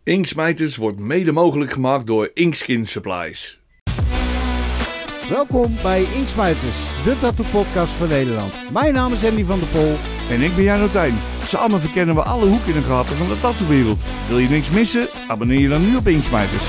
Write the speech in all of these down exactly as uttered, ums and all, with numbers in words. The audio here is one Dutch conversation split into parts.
Inksmijters wordt mede mogelijk gemaakt door Inkskin Supplies. Welkom bij Inksmijters, de tattoo-podcast van Nederland. Mijn naam is Andy van der Pol. En ik ben Jan Otijn. Samen verkennen we alle hoeken en gaten van de tattoo-wereld. Wil je niks missen? Abonneer je dan nu op Inksmijters.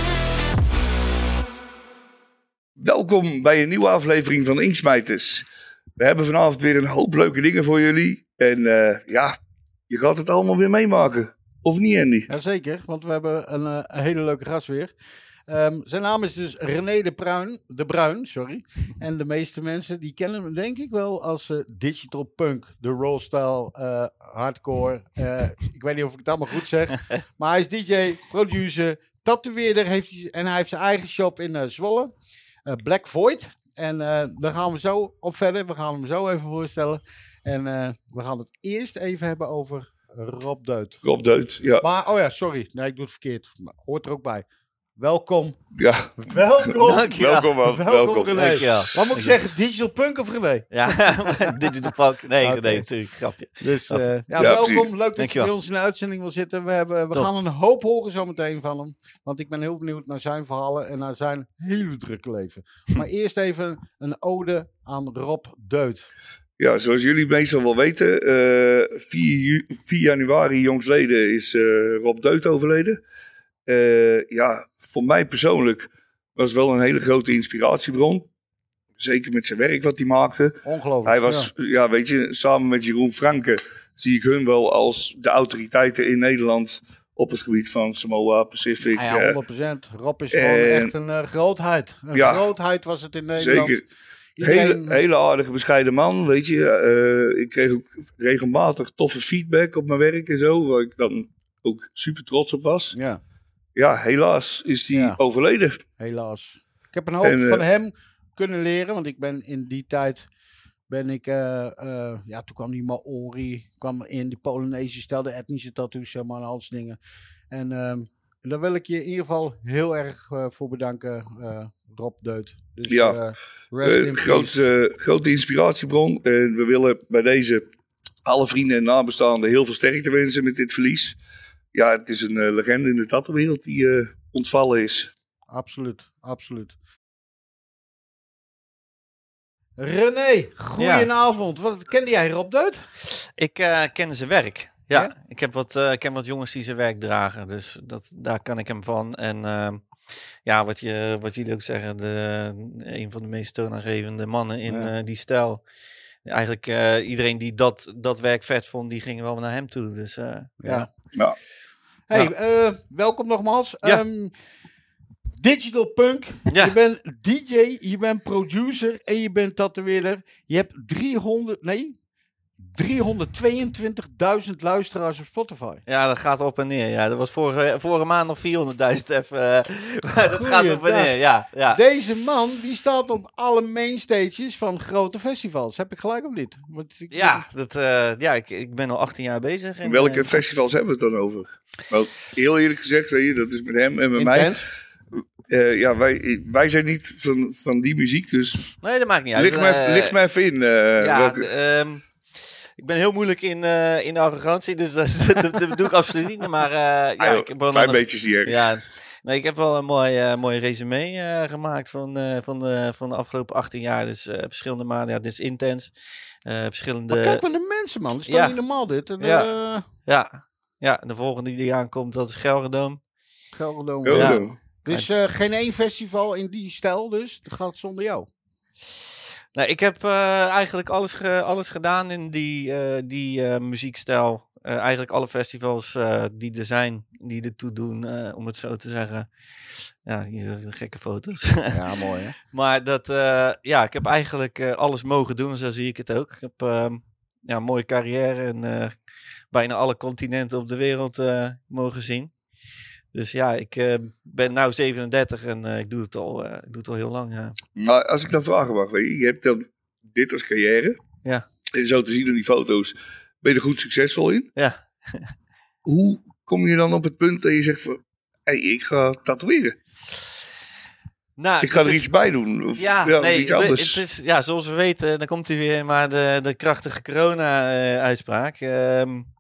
Welkom bij een nieuwe aflevering van Inksmijters. We hebben vanavond weer een hoop leuke dingen voor jullie. En uh, ja, je gaat het allemaal weer meemaken. Of niet, Andy? Jazeker, want we hebben een, uh, een hele leuke gast weer. Um, zijn naam is dus René de Bruin, de Bruin, sorry. En de meeste mensen die kennen hem denk ik wel als uh, digital punk, de rollstyle, uh, hardcore. Uh, ik weet niet of ik het allemaal goed zeg. Maar hij is D J, producer, tatoeëerder heeft hij, en hij heeft zijn eigen shop in uh, Zwolle. Uh, Black Void. En uh, daar gaan we zo op verder. We gaan hem zo even voorstellen. En uh, we gaan het eerst even hebben over Rob Deut. Rob Deut, ja. Maar, oh ja, sorry. Nee, ik doe het verkeerd. Maar hoort er ook bij. Welkom. Ja. Welkom. Dankjewel. Welkom, man. Welkom, Welkom. René. Dankjewel. Wat moet ik zeggen? Digital punk of René? Ja, digital punk. Nee, Okay. nee, natuurlijk. Grapje. Dus uh, ja, Ja, welkom. precies. Leuk dat Dankjewel. je bij ons in de uitzending wil zitten. We, hebben, we Top. gaan een hoop horen zometeen van hem. Want ik ben heel benieuwd naar zijn verhalen en naar zijn hele drukke leven. Maar eerst even een ode aan Rob Deut. Ja, zoals jullie meestal wel weten, uh, vier januari jongsleden is uh, Rob Deut overleden. Uh, ja, voor mij persoonlijk was het wel een hele grote inspiratiebron. Zeker met zijn werk wat hij maakte. Ongelooflijk. Hij was, ja. ja, weet je, samen met Jeroen Franke zie ik hun wel als de autoriteiten in Nederland op het gebied van Samoa, Pacific. Ja, ja, honderd procent. Rob is gewoon en- echt een uh, grootheid. Een Ja. grootheid was het in Nederland. Zeker. Iedereen- Hele, hele aardige, bescheiden man, weet je. Uh, ik kreeg ook regelmatig toffe feedback op mijn werk en zo, waar ik dan ook super trots op was. Ja, Ja, helaas is hij Ja. overleden. helaas. Ik heb een hoop En, uh, van hem kunnen leren, want ik ben in die tijd, ben ik, uh, uh, ja, toen kwam die Maori, kwam in, die Polynesië stelde etnische tattoos, zeg maar, en al die dingen. En um, daar wil ik je in ieder geval heel erg uh, voor bedanken, uh, Rob Deut. Dus, Ja. uh, rest Uh, in peace. grote, grote inspiratiebron. En we willen bij deze alle vrienden en nabestaanden heel veel sterkte wensen met dit verlies. Ja, het is een uh, legende in de tattoo-wereld die uh, ontvallen is. Absoluut, absoluut. René, goedenavond. Wat kende jij Rob Deut? Ik uh, ken zijn werk. Ja, Ja? ik heb wat, uh, ik ken wat jongens die zijn werk dragen. Dus dat, daar kan ik hem van. En uh, ja, wat, je, wat jullie ook zeggen, de, een van de meest toonaangevende mannen in Ja. uh, die stijl. Eigenlijk uh, iedereen die dat, dat werk vet vond, die ging wel naar hem toe. Dus uh, ja. Ja. Ja. Hey, uh, welkom nogmaals. Ja. Um, Digital Punk. Ja. Je bent D J, je bent producer en je bent tatoeëerder. Je hebt driehonderd, nee, driehonderdtweeëntwintigduizend luisteraars op Spotify. Ja, dat gaat op en neer. Ja, dat was vorige, vorige maand nog vierhonderdduizend even. Uh, dat gaat op en Goeiedag. neer, ja. ja. Deze man, die staat op alle mainstages van grote festivals. Heb ik gelijk of niet? Want ik- Ja, dat, uh, ja ik, ik ben al achttien jaar bezig. En, Welke uh, festivals hebben we het dan over? Want heel eerlijk gezegd, weet je, dat is met hem en met mij. Intens. Uh, ja, wij, wij zijn niet van, van die muziek, dus Nee, dat maakt niet uit. licht, mij, Uh, licht mij even in. Uh, ja, welke- d- ehm, ik ben heel moeilijk in, uh, in de arrogantie, dus dat, is- dat, dat doe ik absoluut niet. Maar uh, ja, Ah, joh, ik heb wel klein nog- beetje is die erg. Ja, nee, ik heb wel een mooi, uh, mooi resume uh, gemaakt van, uh, van, de, van de afgelopen achttien jaar. Dus uh, verschillende maanden. Ja, dit is intens. Uh, verschillende. Maar kijk maar de mensen, man. Dat is toch Ja. niet normaal dit. En, Ja. uh, Ja, ja, de volgende die aankomt, dat is Gelredome. Gelredome. Go, Ja. go. Dus uh, geen één festival in die stijl dus. Dat gaat zonder jou. Nou, ik heb uh, eigenlijk alles, ge- alles gedaan in die, uh, die uh, muziekstijl. Uh, eigenlijk alle festivals uh, die er zijn, die ertoe doen, uh, om het zo te zeggen. Ja, hier uh, gekke foto's. Ja, mooi hè. Maar dat, uh, ja, ik heb eigenlijk uh, alles mogen doen, zo zie ik het ook. Ik heb uh, ja, een mooie carrière en uh, bijna alle continenten op de wereld uh, mogen zien. Dus ja, ik uh, ben nu zevenendertig en uh, ik doe het al, uh, ik doe het al heel lang. Ja. Maar als ik dan vragen mag, weet je, je hebt dan dit als carrière. Ja. En zo te zien in die foto's, ben je er goed succesvol in. Ja. Hoe kom je dan op het punt dat je zegt van, hé, hey, ik ga tatoeëren. Nou, Ik ga er het is- iets bij doen. Of, Ja, ja, of nee, iets het anders. is, ja, zoals we weten, dan komt hij weer maar de, de krachtige corona-uitspraak. Ehm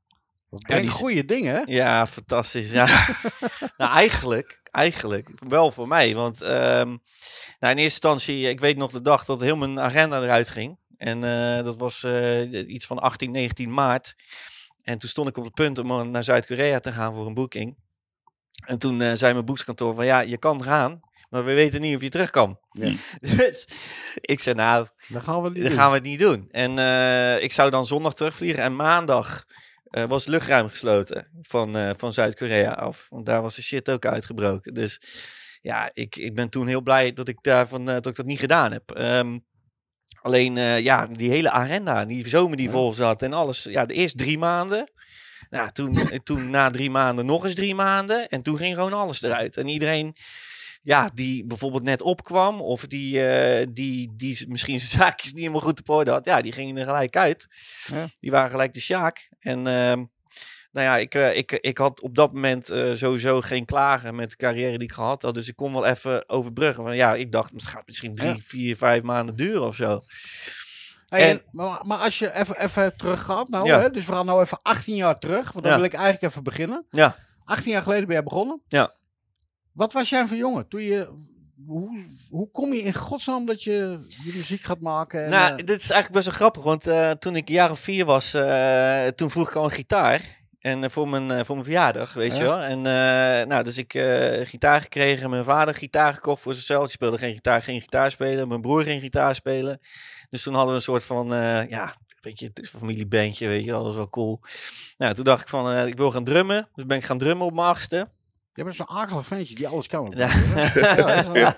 Ja, die die- goede dingen, hè? Ja, fantastisch. Ja. nou, eigenlijk, eigenlijk wel voor mij. Want ehm, nou, in eerste instantie, ik weet nog de dag dat heel mijn agenda eruit ging. En uh, dat was uh, iets van achttien, negentien maart. En toen stond ik op het punt om naar Zuid-Korea te gaan voor een boeking. En toen uh, zei mijn boekskantoor van ja, je kan gaan, maar we weten niet of je terug kan. Ja. Dus ik zei nou, Dan gaan we het niet dan doen. gaan we het niet doen. En uh, ik zou dan zondag terugvliegen en maandag uh, was het luchtruim gesloten van, uh, van Zuid-Korea af. Want daar was de shit ook uitgebroken. Dus ja, ik, ik ben toen heel blij dat ik, daarvan, uh, dat, ik dat niet gedaan heb. Um, alleen uh, ja, die hele agenda, die zomer die vol zat en alles. Ja, de eerste drie maanden. Nou, toen, toen na drie maanden nog eens drie maanden. En toen ging gewoon alles eruit. En iedereen, ja, die bijvoorbeeld net opkwam. Of die, uh, die, die misschien zijn zaakjes niet helemaal goed op orde had. Ja, die gingen er gelijk uit. Ja. Die waren gelijk de sjaak. En uh, nou ja, ik, uh, ik, ik had op dat moment uh, sowieso geen klagen met de carrière die ik gehad had. Dus ik kon wel even overbruggen. Van, ja, ik dacht, het gaat misschien drie, ja. vier, vijf maanden duren of zo. Hey, en, maar, maar als je even, even terug gaat, nou, ja. hè, dus we gaan nou even achttien jaar terug, want dan ja. wil ik eigenlijk even beginnen. Ja. achttien jaar geleden ben jij begonnen. Ja. Wat was jij voor jongen? Toen je, hoe, hoe kom je in godsnaam dat je, je muziek gaat maken? En, nou, uh... dit is eigenlijk best wel grappig, want uh, toen ik een jaar of vier was, uh, toen vroeg ik al een gitaar. En uh, voor, mijn, uh, voor mijn verjaardag, weet ja. je wel. En uh, nou, dus ik uh, gitaar gekregen, mijn vader gitaar gekocht voor zichzelf. Die speelde geen gitaar, geen gitaar spelen. Mijn broer ging gitaar spelen. Dus toen hadden we een soort van, uh, ja, een beetje een familiebandje, weet je wel. Dat was wel cool. Nou, toen dacht ik van, uh, ik wil gaan drummen. Dus ben ik gaan drummen op mijn achtste. Je bent zo'n akelig ventje die alles kan. Ja. ja, ja.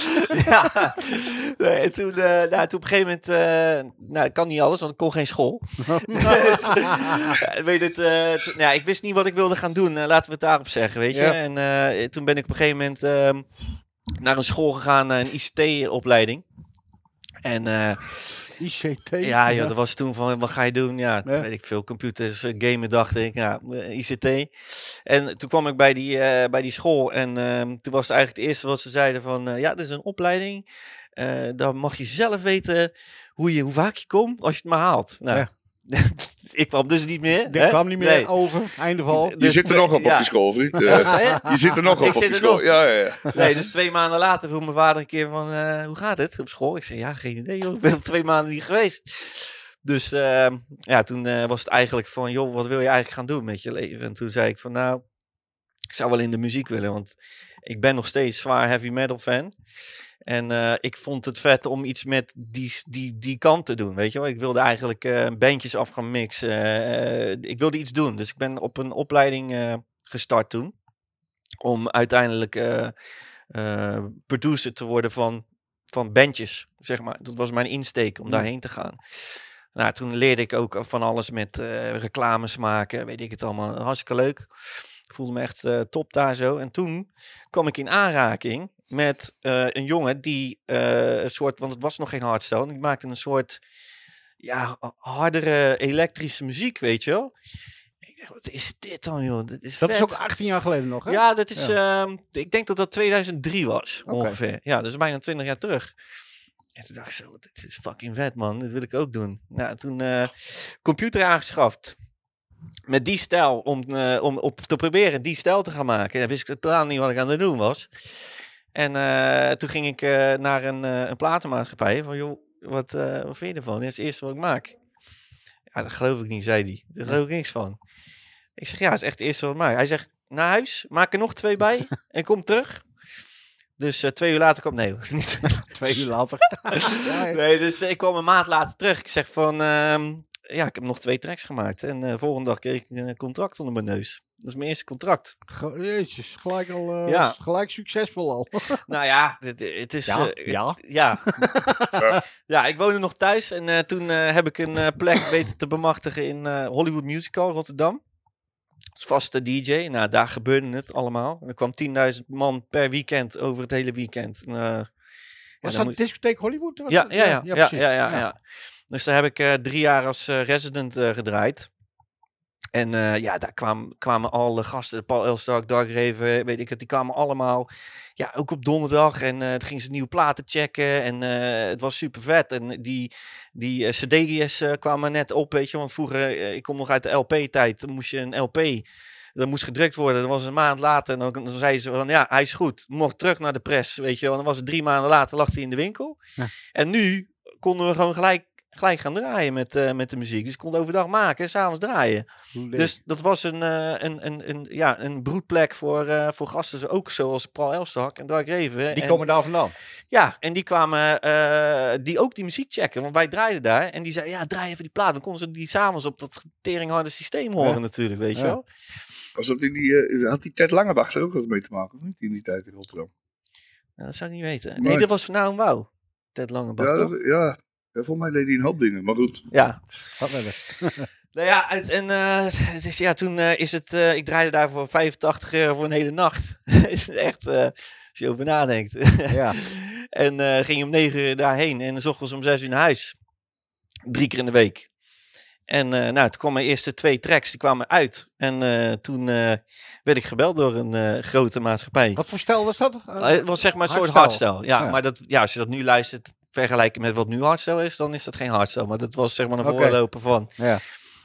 ja. Nee, en toen, uh, nou, toen op een gegeven moment, uh, nou, ik kan niet alles, want ik kon geen school. dus, uh, weet het, uh, t- nou, ik wist niet wat ik wilde gaan doen. Uh, laten we het daarop zeggen, weet je. Ja. En uh, toen ben ik op een gegeven moment uh, naar een school gegaan, uh, een I C T-opleiding. En uh, I C T? Ja, joh, dat was toen van, wat ga je doen? Ja, ja. weet ik veel, computers, uh, gamen dacht ik, ja, I C T. En toen kwam ik bij die, uh, bij die school en uh, toen was het eigenlijk het eerste wat ze zeiden van, uh, ja, dit is een opleiding. Uh, dan mag je zelf weten hoe, je, hoe vaak je komt als je het maar haalt. Nou, ja. Ik kwam dus niet meer. Ik kwam niet meer nee. over, einde val. Je dus zit er nog op ja. op die school, vriend. Uh, je zit er nog op ik op die school. Ja, ja, ja. Nee, dus twee maanden later vroeg mijn vader een keer van, uh, hoe gaat het op school? Ik zei, ja, geen idee joh, ik ben al twee maanden niet geweest. Dus uh, ja, toen uh, was het eigenlijk van, joh, wat wil je eigenlijk gaan doen met je leven? En toen zei ik van, nou, ik zou wel in de muziek willen, want ik ben nog steeds zwaar heavy metal fan. En uh, ik vond het vet om iets met die, die, die kant te doen, weet je wel. Ik wilde eigenlijk uh, bandjes af gaan mixen. Uh, ik wilde iets doen. Dus ik ben op een opleiding uh, gestart toen. Om uiteindelijk uh, uh, producer te worden van, van bandjes, zeg maar. Dat was mijn insteek om daarheen te gaan. Nou, toen leerde ik ook van alles met uh, reclames maken, weet ik het allemaal. Hartstikke leuk. Ik voelde me echt uh, top daar zo. En toen kwam ik in aanraking met uh, een jongen die uh, een soort, want het was nog geen hardstyle, die maakte een soort ja, hardere elektrische muziek, weet je wel. Ik dacht, wat is dit dan, joh? Dat is, dat vet. is ook achttien jaar geleden nog, hè? Ja, dat is, ja. Uh, ik denk dat dat tweeduizend drie was, okay. ongeveer. Ja, dat is bijna twintig jaar terug. En toen dacht ik zo, dit is fucking vet, man. Dit wil ik ook doen. Nou, toen uh, computer aangeschaft. Met die stijl, om, uh, om op te proberen die stijl te gaan maken. Dan wist ik totaal niet wat ik aan het doen was. En uh, toen ging ik uh, naar een, uh, een platenmaatschappij. Van joh, wat, uh, wat vind je ervan? Dit is het eerste wat ik maak. Ja, dat geloof ik niet, zei hij. Daar geloof ik niks van. Ik zeg, ja, dat is echt het eerste wat ik maak. Hij zegt, naar huis, maak er nog twee bij en kom terug. Dus uh, twee uur later kwam... Nee, niet twee uur later. Nee, dus uh, ik kwam een maand later terug. Ik zeg van... Uh, ja, ik heb nog twee tracks gemaakt. En de uh, volgende dag kreeg ik een contract onder mijn neus. Dat is mijn eerste contract. Ge- Jezus, gelijk al... Uh, ja. Gelijk succesvol al. Nou ja, het, het is... Ja, uh, ja. Ja. ja, ik woonde nog thuis. En uh, toen uh, heb ik een uh, plek weten te bemachtigen in uh, Hollywood Musical Rotterdam. Als vaste D J. Nou, daar gebeurde het allemaal. En er kwam tienduizend man per weekend over het hele weekend. En, uh, was ja, dat moet... discotheek Hollywood? Was ja, dat? ja, ja, ja, ja, ja, ja, ja, ja. Dus daar heb ik uh, drie jaar als uh, resident uh, gedraaid. En uh, ja, daar kwamen, kwamen alle gasten, Paul Elstak, Dark Raven, weet ik het, die kwamen allemaal, ja, ook op donderdag. En uh, toen gingen ze nieuwe platen checken en uh, het was super vet. En die, die uh, C D's uh, kwamen net op, weet je, want vroeger, uh, ik kom nog uit de L P-tijd, dan moest je een L P, dat moest gedrukt worden. Dat was een maand later en dan, dan zeiden ze van, ja, hij is goed, mocht terug naar de press, weet je wel. Dan was het drie maanden later, lag hij in de winkel. Ja. En nu konden we gewoon gelijk gelijk gaan draaien met, uh, met de muziek. Dus ik kon het overdag maken en s'avonds draaien. Dus dat was een, uh, een, een, een, ja, een broedplek voor, uh, voor gasten, ook zoals Paul Elstak en Dark Raven. Die en, komen daar vandaan? Ja, en die kwamen uh, die ook die muziek checken. Want wij draaiden daar en die zeiden, ja, draai even die plaat. Dan konden ze die s'avonds op dat teringharde systeem horen ja. natuurlijk, weet ja. je wel. Was dat in die, uh, had die Ted Langebach er ook wat mee te maken, of niet? In die tijd in Rotterdam? Nou, dat zou ik niet weten. Nee, nee. Dat was van nou en wauw. Ted Langebach, ja, toch? Dat, ja. Ja, volgens mij deed hij een hoop dingen, maar goed. Ja. Nou ja, en uh, dus ja, toen uh, is het, uh, ik draaide daar voor vijfentachtig euro voor een hele nacht. Is het echt, uh, als je over nadenkt. Ja. En uh, ging om negen uur daarheen en dan zochten ze om zes uur naar huis. Drie keer in de week. En uh, nou, toen kwamen mijn eerste twee tracks, die kwamen uit. En uh, toen uh, werd ik gebeld door een uh, grote maatschappij. Wat voor stijl was dat? Uh, het was zeg maar een soort hardstyle. Ja, ja, maar dat, ja, als je dat nu luistert, vergelijken met wat nu hardstyle is, dan is dat geen hardstyle. Maar dat was zeg maar een okay. voorloper van. Ja.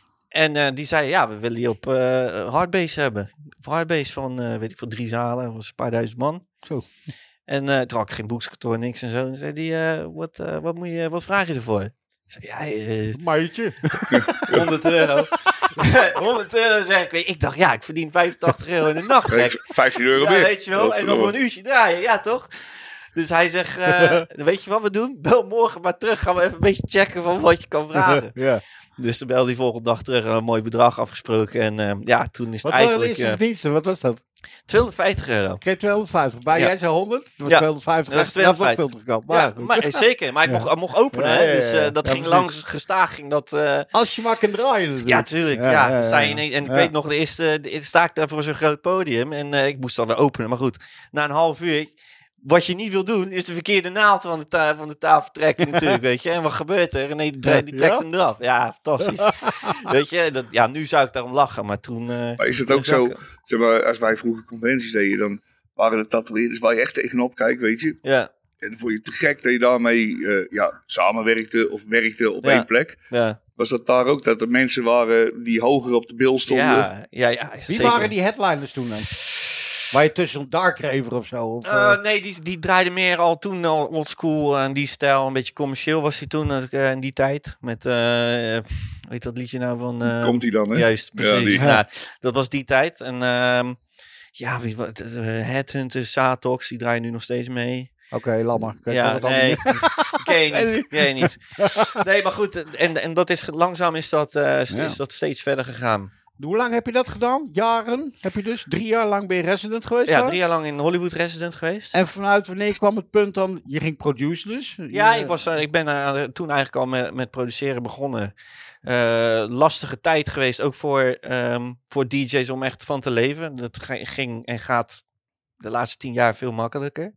En uh, die zei, ja, we willen je op uh, hardbase hebben. Op hardbase van, uh, weet ik veel, drie zalen. Dat was een paar duizend man. Zo. En uh, toen had ik geen boekskantoor, niks en zo. En zei die, uh, wat, uh, wat, moet je, wat vraag je ervoor? Ik zei, ja, uh, maatje. honderd euro. honderd euro zeg ik. Ik dacht, ja, ik verdien vijfentachtig euro in de nacht. vijftien euro ja, meer. Weet je wel. En nog een uurtje draaien, ja toch? Dus hij zegt, uh, weet je wat we doen? Bel morgen maar terug. Gaan we even een beetje checken van wat je kan vragen. Ja. Dus toen belde hij volgende dag terug. Een mooi bedrag afgesproken. En uh, ja, toen is het wat eigenlijk... Wat waren de verdiensten? Wat was dat? tweehonderdvijftig euro. Oké, tweehonderdvijftig. Bij ja. jij zei honderd. Dat was ja. tweehonderdvijftig. Dat is tweehonderdvijftig. Dat veel maar, ja, maar zeker. Maar ik ja. mocht, mocht openen. Ja, ja, ja, dus uh, dat ja, ging precies. langs gestaag. Ging dat, uh... Als je maar kan draaien natuurlijk. Ja, tuurlijk. Ja, ja, ja, ja, sta je in, en ik ja. weet nog, de eerste, de eerste sta ik daar voor zo'n groot podium. En uh, ik moest dan weer openen. Maar goed, na een half uur... Wat je niet wil doen, is de verkeerde naald van de, ta- van de tafel trekken natuurlijk, weet je. En wat gebeurt er? Nee, die, die trekt ja? hem eraf. Ja, fantastisch. Weet je, dat, ja, nu zou ik daarom lachen, maar toen... Uh, maar is het ook zo, zeg maar, als wij vroeger conventies deden, dan waren de tatoeëerders waar je echt tegenop kijkt, weet je. Ja. En dan vond je te gek dat je daarmee uh, ja, samenwerkte of werkte op ja. één plek. Ja. Was dat daar ook, dat er mensen waren die hoger op de bil stonden? Ja, ja, ja. Wie zeker. waren die headliners toen dan? Waar je tussen een Dark Raver of zo? Of, uh, nee, die, die draaide meer al toen al oldschool en die stijl. Een beetje commercieel was hij toen uh, in die tijd. Met, uh, weet dat liedje nou van... Uh, Komt hij dan, hè? Juist, precies. Ja, nou, dat was die tijd. En uh, ja, wie, wat, uh, Headhunter, Satox, die draaien nu nog steeds mee. Oké, okay, laat maar. Ja, nee, ken je niet. Ken je niet. Nee, maar goed. En, en dat is, langzaam is dat, uh, is, ja. is dat steeds verder gegaan. Hoe lang heb je dat gedaan? Jaren? Heb je dus drie jaar lang ben je resident geweest? Ja, daar? drie jaar lang in Hollywood resident geweest. En vanuit wanneer kwam het punt dan? Je ging produceren dus? Ja, je... ik, was, uh, ik ben uh, toen eigenlijk al met, met produceren begonnen. Uh, lastige tijd geweest, ook voor, um, voor D J's om echt van te leven. Dat ging en gaat de laatste tien jaar veel makkelijker.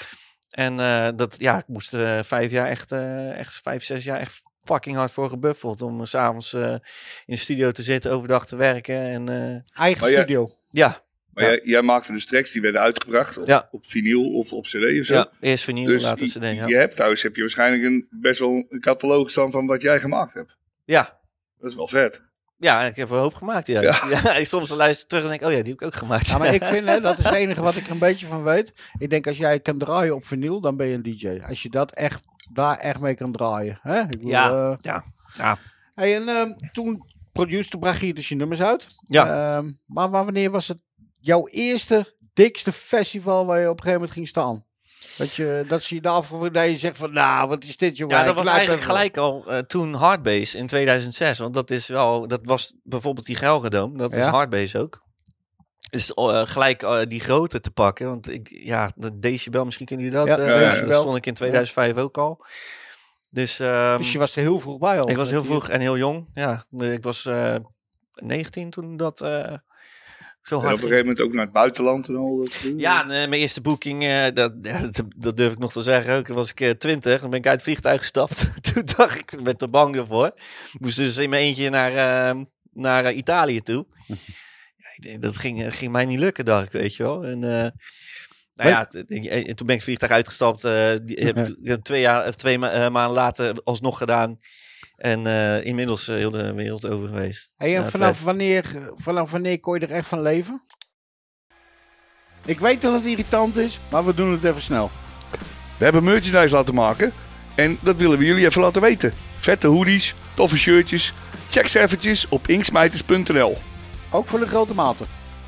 En uh, dat, ja, ik moest uh, vijf jaar echt, uh, echt, vijf, zes jaar echt fucking hard voor gebuffeld. Om uh, s'avonds uh, in de studio te zitten, overdag te werken. En, uh, Eigen maar studio? Ja. ja. Maar ja. jij, jij maakte dus tracks die werden uitgebracht op, ja. op vinyl of op cd of zo? Ja, eerst vinyl, dus later cd. Ja. Je hebt thuis heb je waarschijnlijk een, best wel een catalogus dan van wat jij gemaakt hebt. Ja. Dat is wel vet. Ja, ik heb een hoop gemaakt, ja. ja. ja soms luister ik terug en denk oh ja, die heb ik ook gemaakt. Ja, maar ik vind, hè, dat is het enige wat ik er een beetje van weet. Ik denk, als jij kan draaien op vinyl, dan ben je een D J. Als je dat echt, daar echt mee kan draaien. Hè? Ik bedoel, ja, uh... ja, ja. Hey, en uh, toen produceerde, toen bracht je dus je nummers uit. Ja. Uh, maar wanneer was het jouw eerste, dikste festival waar je op een gegeven moment ging staan? Dat je, dat zie je daarvoor dat je zegt van, nou, wat is dit, jongen? Ja, dat was eigenlijk even. gelijk al uh, toen Hardbase in tweeduizend zes. Want dat is wel, dat was bijvoorbeeld die Gelredome. Dat is ja. Hardbase ook. Dus uh, gelijk uh, die grootte te pakken. Want ik, ja, de Decibel, misschien kennen jullie dat. Ja, uh, ja, ja. Dat stond ik in tweeduizend vijf ja. ook al. Dus, um, dus je was er heel vroeg bij al? Ik was heel vroeg en heel jong. Ja, ik was uh, negentien toen dat... Uh, Zo hard en op een gegeven moment ook naar het buitenland en al dat. Ja, mijn eerste boeking, uh, dat, dat, dat durf ik nog te zeggen ook. Toen was ik uh, twintig, dan ben ik uit het vliegtuig gestapt. Toen dacht ik, ik ben te bang ervoor. Ik moest dus in mijn eentje naar, uh, naar uh, Italië toe. Ja, ik denk, dat ging, ging mij niet lukken, dacht ik, weet je wel. En, uh, nou ja, t- t- toen ben ik vliegtuig uitgestapt. Uh, die, heb, t- twee, jaar, twee ma- uh, maanden later alsnog gedaan. En uh, inmiddels uh, heel de wereld over geweest. Hey, en Ja, vanaf, vet. wanneer, vanaf wanneer kon je er echt van leven? Ik weet dat het irritant is, maar we doen het even snel. We hebben merchandise laten maken en dat willen we jullie even laten weten. Vette hoodies, toffe shirtjes. Check ze eventjes op inksmijters punt n l. Ook voor de grote maten.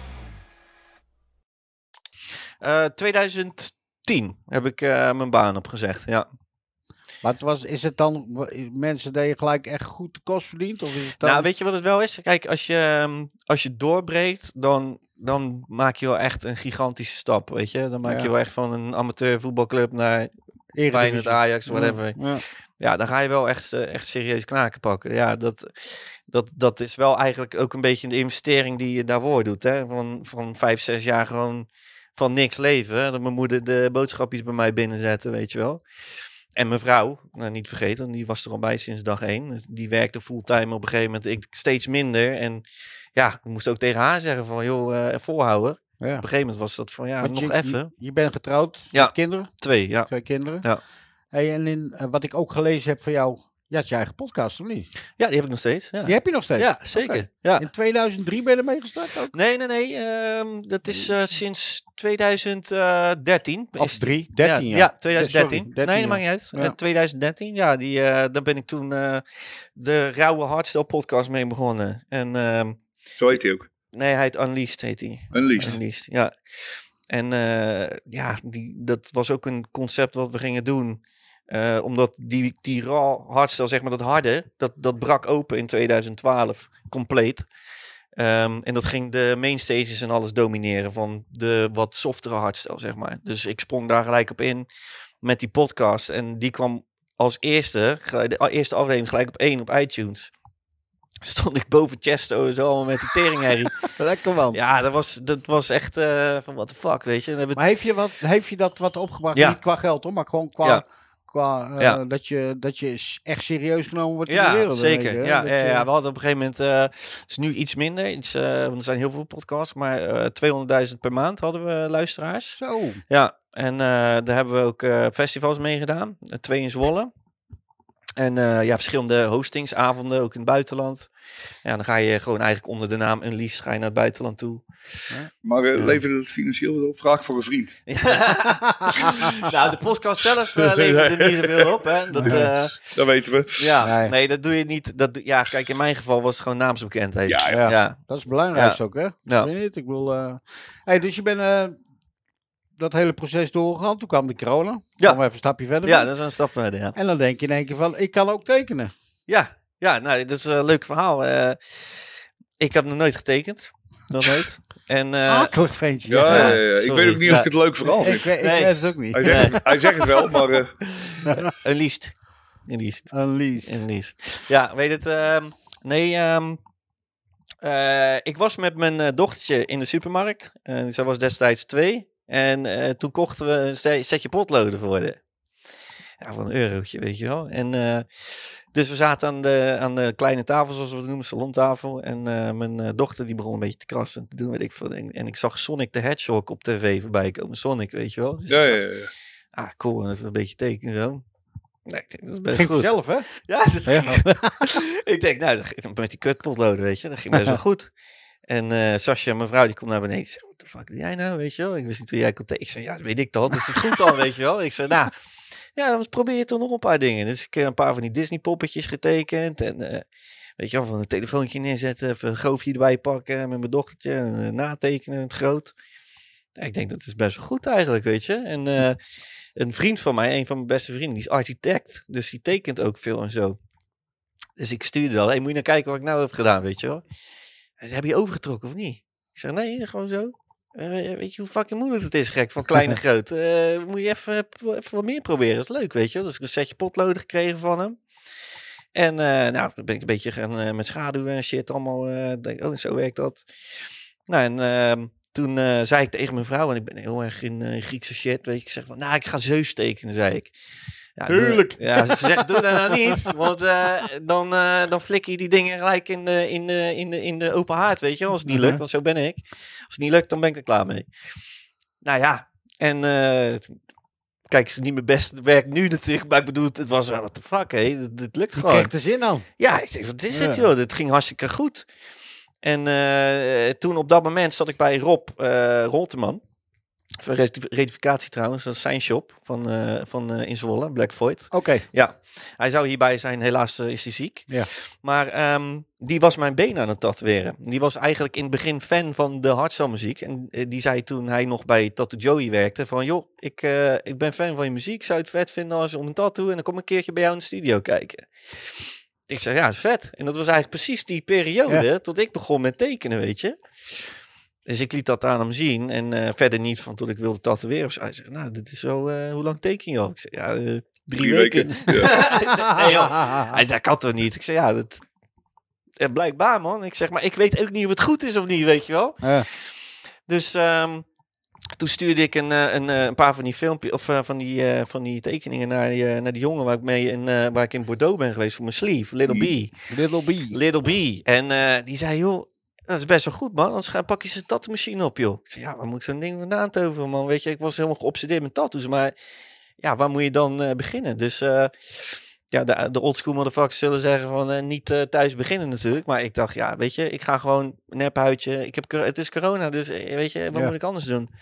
Uh, twintig tien heb ik uh, mijn baan opgezegd, ja. Maar het was, is het dan mensen dat je gelijk echt goed de kost verdient? Of is het dan... Nou, weet je wat het wel is? Kijk, als je, um, als je doorbreekt, dan, dan maak je wel echt een gigantische stap, weet je. Dan maak Ja. je wel echt van een amateur voetbalclub naar Eredivisie. Feyenoord, Ajax, whatever. Ja. Ja, dan ga je wel echt, uh, echt serieus knaken pakken. Ja, dat, dat, dat is wel eigenlijk ook een beetje de investering die je daarvoor doet. Hè? Van, van vijf, zes jaar gewoon van niks leven. Dat mijn moeder de boodschapjes bij mij binnenzetten, weet je wel. En mijn vrouw, nou, niet vergeten, die was er al bij sinds dag één. Die werkte fulltime op een gegeven moment, ik steeds minder. En ja, ik moest ook tegen haar zeggen van, joh, uh, volhouden. Ja. Op een gegeven moment was dat van, ja, Want nog je, even. Je, je bent getrouwd Ja. met kinderen? Twee, ja. Twee kinderen. Ja. Hey, en in, uh, wat ik ook gelezen heb van jou, je had je eigen podcast, of niet? Ja, die heb ik nog steeds. Ja, Die heb je nog steeds? ja zeker. Oké. Ja. In tweeduizend drie ben je ermee gestart ook? Nee, nee, nee. Um, dat is uh, sinds twintig dertien. Of is- drie? dertien ja, jaar? ja, twintig dertien. Sorry, dertien nee, dat jaar. maakt niet uit. Ja. Uh, twintig dertien, ja, die, uh, daar ben ik toen uh, de Rauwe Hardstyle podcast mee begonnen. En um, Zo heet hij ook. nee, hij heet Unleashed, heet hij. Unleashed. Unleashed, ja. En uh, ja, die, dat was ook een concept wat we gingen doen. Uh, omdat die, die raw hardstyle, zeg maar dat harde, dat, dat brak open in twintig twaalf compleet. Um, en dat ging de mainstages en alles domineren van de wat softere hardstyle, zeg maar. Dus ik sprong daar gelijk op in met die podcast. En die kwam als eerste, de eerste aflevering gelijk op één op iTunes. Stond ik boven Chesto zo allemaal met die teringherrie. Lekker man. Ja, dat was, dat was echt uh, van what the fuck, weet je. Dan hebben we... Maar heeft je, wat, heeft je dat wat opgebracht? Ja. Niet qua geld hoor, maar gewoon qua... Ja. Qua uh, Ja. dat, je, dat je s- echt serieus genomen wordt in Ja, de wereld. zeker. Weet je, hè? ja, Dat ja, je- ja, we hadden op een gegeven moment, uh, het is nu iets minder, iets, uh, want er zijn heel veel podcasts, maar uh, tweehonderdduizend per maand hadden we luisteraars. Zo. Ja, en uh, daar hebben we ook uh, festivals mee gedaan, uh, twee in Zwolle. En uh, ja, verschillende hostingsavonden, ook in het buitenland. Ja, dan ga je gewoon eigenlijk onder de naam Unleashed ga je naar het buitenland toe. Maar uh, Ja. leverde het financieel op? Vraag voor een vriend. Nou, de podcast zelf uh, levert er niet zoveel op, hè. Dat, uh, Dat weten we. ja, Nee. nee, dat doe je niet. Dat, doe- ja, kijk, in mijn geval was het gewoon naamsbekendheid. Ja, ja. Ja. ja. Dat is het belangrijkste Ja. ook, hè? Ja. Ik weet niet, ik bedoel... Uh... Hey, dus je bent uh, dat hele proces doorgegaan. Toen kwam de corona. Ja. Gaan we even een stapje verder. Ja, doen. dat is een stap verder, ja. En dan denk je in één keer van, ik kan ook tekenen. Ja, ja, nou, dat is een leuk verhaal. Uh, ik heb nog nooit getekend. Nog nooit. En, uh, Akelig ventje. Ja, ja, Ja, ja, ja. Ik sorry. weet ook niet of ik het leuk verhaal Ik, vind. weet, ik Nee. weet het ook niet. Hij zegt, hij zegt het wel, maar... Uh, Unleashed. Unleashed. Unleashed. Unleashed. Ja, weet het. Um, nee, um, uh, ik was met mijn uh, dochtertje in de supermarkt. Uh, zij was destijds twee. En uh, toen kochten we een ste- setje potloden voor de. Ja, van een eurotje, weet je wel. En uh, dus we zaten aan de, aan de kleine tafel, zoals we het noemen, salontafel. En uh, mijn uh, dochter die begon een beetje te krassen te doen, weet ik veel. En, en ik zag Sonic the Hedgehog op tv voorbij komen. Sonic, weet je wel. Dus ja, ik ja, dacht, ja. ah, cool, even een beetje tekenen zo. Nee, ik denk, dat is best Ging goed. vanzelf, hè? Ja, dat Ja. ik denk, nou, dat ging met die kutpotloden, weet je, dat ging best wel goed. En uh, Sascha, mijn vrouw, die komt naar beneden. Ze zei, wat de fuck doe jij nou, weet je wel? Ik wist niet hoe jij kon tekenen. Ik zei, ja, dat weet ik dan. Dat is het goed dan, weet je wel? Ik zei, nou, ja, dan probeer je toch nog een paar dingen. Dus ik heb een paar van die Disney poppetjes getekend. En uh, weet je wel, van een telefoontje neerzetten, even een goofje erbij pakken met mijn dochtertje. En, uh, natekenen in het groot. Ja, ik denk, dat is best wel goed eigenlijk, weet je. En uh, een vriend van mij, een van mijn beste vrienden, die is architect. Dus die tekent ook veel en zo. Dus ik stuurde al, hey, moet je nou kijken wat ik nou heb gedaan, weet je wel. Hij zei, heb je overgetrokken of niet? Ik zeg, nee, gewoon zo. Uh, weet je hoe fucking moeilijk het is, gek, van klein naar groot. Uh, moet je even, even wat meer proberen, dat is leuk, weet je wel. Dus ik een setje potloden gekregen van hem. En uh, nou, ben ik een beetje gaan uh, met schaduwen en shit allemaal. Uh, denk, oh, zo werkt dat. Nou, en uh, toen uh, zei ik tegen mijn vrouw, en ik ben heel erg in uh, Griekse shit, weet je. Ik zeg van, nou, ik ga Zeus tekenen, zei ik. Ja, Tuurlijk. Doe, ja, ze zegt, doe dat nou niet. Want uh, dan, uh, dan flikker je die dingen gelijk in de, in, de, in, de, in de open haard, weet je. Als het niet lukt, want zo ben ik. Als het niet lukt, dan ben ik er klaar mee. Nou ja, en uh, kijk, het is niet mijn beste werk nu natuurlijk. Maar ik bedoel, het was, what the fuck, hé. Het lukt gewoon. Je kreeg de zin aan. Ja, ik denk, wat is ja. het, joh? Dit ging hartstikke goed. En uh, toen op dat moment zat ik bij Rob uh, Rolterman. Retificatie trouwens, dat is zijn shop van, uh, van uh, in Zwolle, Black Void. Oké. Okay. Ja, hij zou hierbij zijn, helaas uh, is hij ziek. Ja. Maar um, die was mijn been aan het tatoeëren. Die was eigenlijk in het begin fan van de hardstyle muziek. En uh, die zei toen hij nog bij Tattoo Joey werkte van, joh, ik, uh, ik ben fan van je muziek. Zou je het vet vinden als je om een tattoo en dan kom ik een keertje bij jou in de studio kijken. Ik zei, ja, dat is vet. En dat was eigenlijk precies die periode ja. tot ik begon met tekenen, weet je. Dus ik liet dat aan hem zien. En uh, verder niet van toen ik wilde tatoeëren. Of zo. Hij zegt, nou, dit is zo, uh, hoe lang teken je al? Ik zeg, ja, uh, drie, drie weken. weken. Ja. Hij zegt, nee joh. Hij zegt, kan toch niet? Ik zeg, ja, dat... Ja, blijkbaar man. Ik zeg, maar ik weet ook niet of het goed is of niet, weet je wel. Ja. Dus um, toen stuurde ik een, een, een paar van die filmpjes, of uh, van, die, uh, van die tekeningen naar, uh, naar die jongen waar ik mee in, uh, waar ik in Bordeaux ben geweest voor mijn sleeve. Little B. Little B. Little B. En uh, die zei, joh, dat is best wel goed, man. Anders ga, pak je zijn tattoo-machine op, joh. Ik zei, ja, waar moet ik zo'n ding vandaan toveren, man? Weet je, ik was helemaal geobsedeerd met tattoos. Maar ja, waar moet je dan uh, beginnen? Dus uh, ja, de, de oldschool motherfuckers zullen zeggen van uh, niet uh, thuis beginnen natuurlijk. Maar ik dacht, ja, weet je, ik ga gewoon nephuidje. Ik heb, het is corona, dus weet je, wat ja. moet ik anders doen?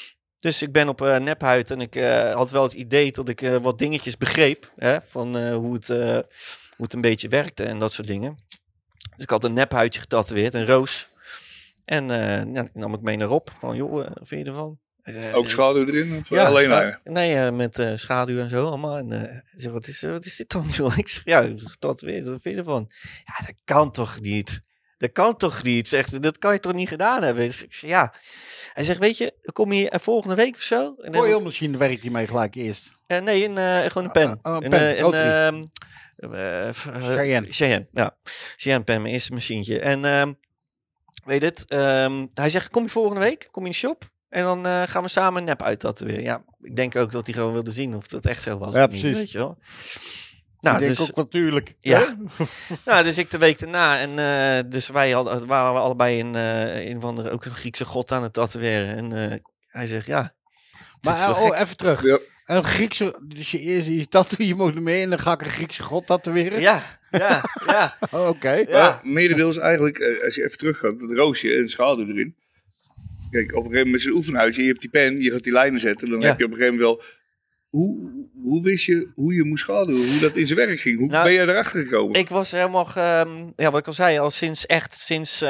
Dus ik ben op uh, nephuid en ik uh, had wel het idee dat ik uh, wat dingetjes begreep. Hè, van uh, hoe, het, uh, hoe het een beetje werkte en dat soort dingen. Dus ik had een nephuidje getatoeëerd, een roos. En uh, ja, nam ik mee naar Rob. Van, joh, uh, wat vind je ervan? Uh, Ook schaduw erin? Of ja, alleen scha- Nee, uh, met uh, schaduw en zo allemaal. En uh, ik zeg, wat is, uh, wat is dit dan? Joh? Ik zeg, ja, getatoeëerd, wat vind je ervan? Ja, dat kan toch niet? Dat kan toch niet? Zegt, dat kan je toch niet gedaan hebben? Dus ik zeg, ja. Hij zegt, weet je, kom je volgende week of zo? Foil-machine werkt hij mee gelijk eerst? Uh, nee, in, uh, gewoon een pen. Uh, uh, een pen, in, uh, in, uh, uh, Cheyenne. Cheyenne, ja. Cheyenne pen, mijn eerste machientje. En um, weet het, um, hij zegt, kom je volgende week? Kom je in de shop? En dan uh, gaan we samen een nep uit tatoeëren. Ja, ik denk ook dat hij gewoon wilde zien of dat echt zo was. Ja, precies. Niet, weet je wel. Nou, ik denk dus, ook natuurlijk. Ja. Nou, dus ik de week daarna. En uh, dus wij hadden, waren we allebei in uh, een van de ook een Griekse god aan het tatoeëren. En uh, hij zegt, ja. Maar uh, oh, even terug. Ja. Een Griekse, dus je eerst je tattoo, je mocht mee en dan ga ik een Griekse god tatoeëren? Ja, ja, ja. oh, Oké. Okay. Ja. Uh, merendeels eigenlijk, als je even terug gaat, het roosje en schaduw erin. Kijk, op een gegeven moment is een oefenhuisje, je hebt die pen, je gaat die lijnen zetten. Dan ja. heb je op een gegeven moment wel... Hoe, hoe wist je hoe je moest schaduwen, hoe dat in zijn werk ging? Hoe nou, ben jij erachter gekomen? Ik was helemaal, um, ja, wat ik al zei, al sinds echt, sinds, uh,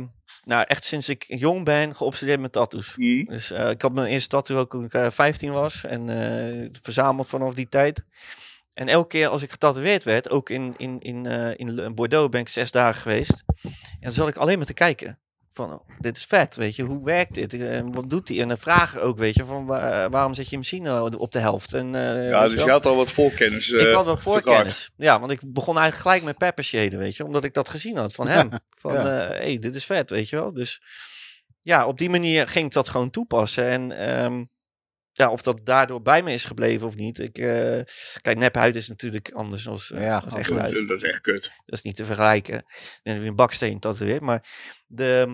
nou echt sinds ik jong ben, geobsedeerd met tattoos. Mm. Dus uh, ik had mijn eerste tattoo ook toen ik uh, vijftien was en uh, verzameld vanaf die tijd. En elke keer als ik getatoeëerd werd, ook in, in, in, uh, in Bordeaux ben ik zes dagen geweest. En dan zat ik alleen maar te kijken. Van, oh, dit is vet, weet je, hoe werkt dit? En wat doet hij? En dan vragen ook, weet je, van waar, waarom zet je machine op de helft? En, uh, ja, dus je, je had al wat voorkennis. Uh, ik had wat voorkennis. Ja, want ik begon eigenlijk gelijk met pepper shaden, weet je, omdat ik dat gezien had van hem. Van, ja. uh, hey, dit is vet, weet je wel. Dus ja, op die manier ging ik dat gewoon toepassen. En um, ja, of dat daardoor bij me is gebleven of niet. Ik, uh, kijk, nephuid is natuurlijk anders dan uh, ja, als echt huid. Dat is echt kut. Dat is niet te vergelijken. Dan heb je een baksteen tatoeëert. Maar de,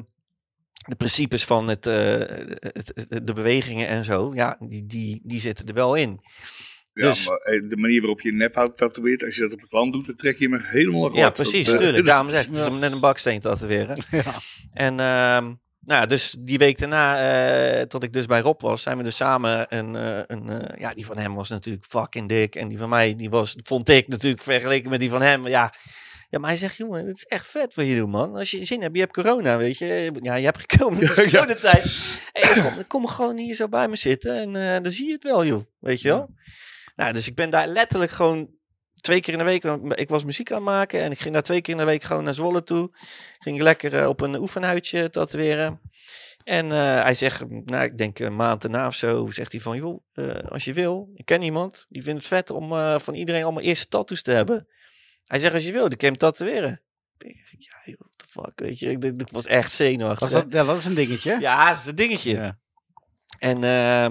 de principes van het, uh, het, de bewegingen en zo, ja, die, die, die zitten er wel in. Ja, dus, maar de manier waarop je nephout tatoeëert, als je dat op het land doet, dan trek je hem helemaal glad. Ja, precies, dat, tuurlijk. Daarom zeg ik, het is net een baksteen tatoeëren. Ja. En uh, nou ja, dus die week daarna, uh, tot ik dus bij Rob was, zijn we dus samen een, uh, een uh, ja, die van hem was natuurlijk fucking dik. En die van mij, die was, vond ik natuurlijk vergeleken met die van hem, ja... Ja, maar hij zegt, jongen, het is echt vet wat je doet, man. Als je zin hebt, je hebt corona, weet je. Ja, je hebt gekomen, het is coronatijd. Hey, kom, dan kom gewoon hier zo bij me zitten en uh, dan zie je het wel, joh. Weet je wel? Ja. Nou, dus ik ben daar letterlijk gewoon twee keer in de week... Ik was muziek aan het maken en ik ging daar twee keer in de week gewoon naar Zwolle toe. Ging lekker uh, op een oefenhuidje tatoeëren. En uh, hij zegt, nou, ik denk een maand daarna of zo, zegt hij van, joh, uh, als je wil, ik ken iemand, die vindt het vet om uh, van iedereen allemaal eerste tattoos te hebben. Hij zegt, als je wil, dan kan je hem tatoeëren. Ja, joh, what the fuck, weet je. Ik, ik was echt zenuwachtig. Was dat, ja, dat is een dingetje. Ja, dat is een dingetje. Ja. En uh,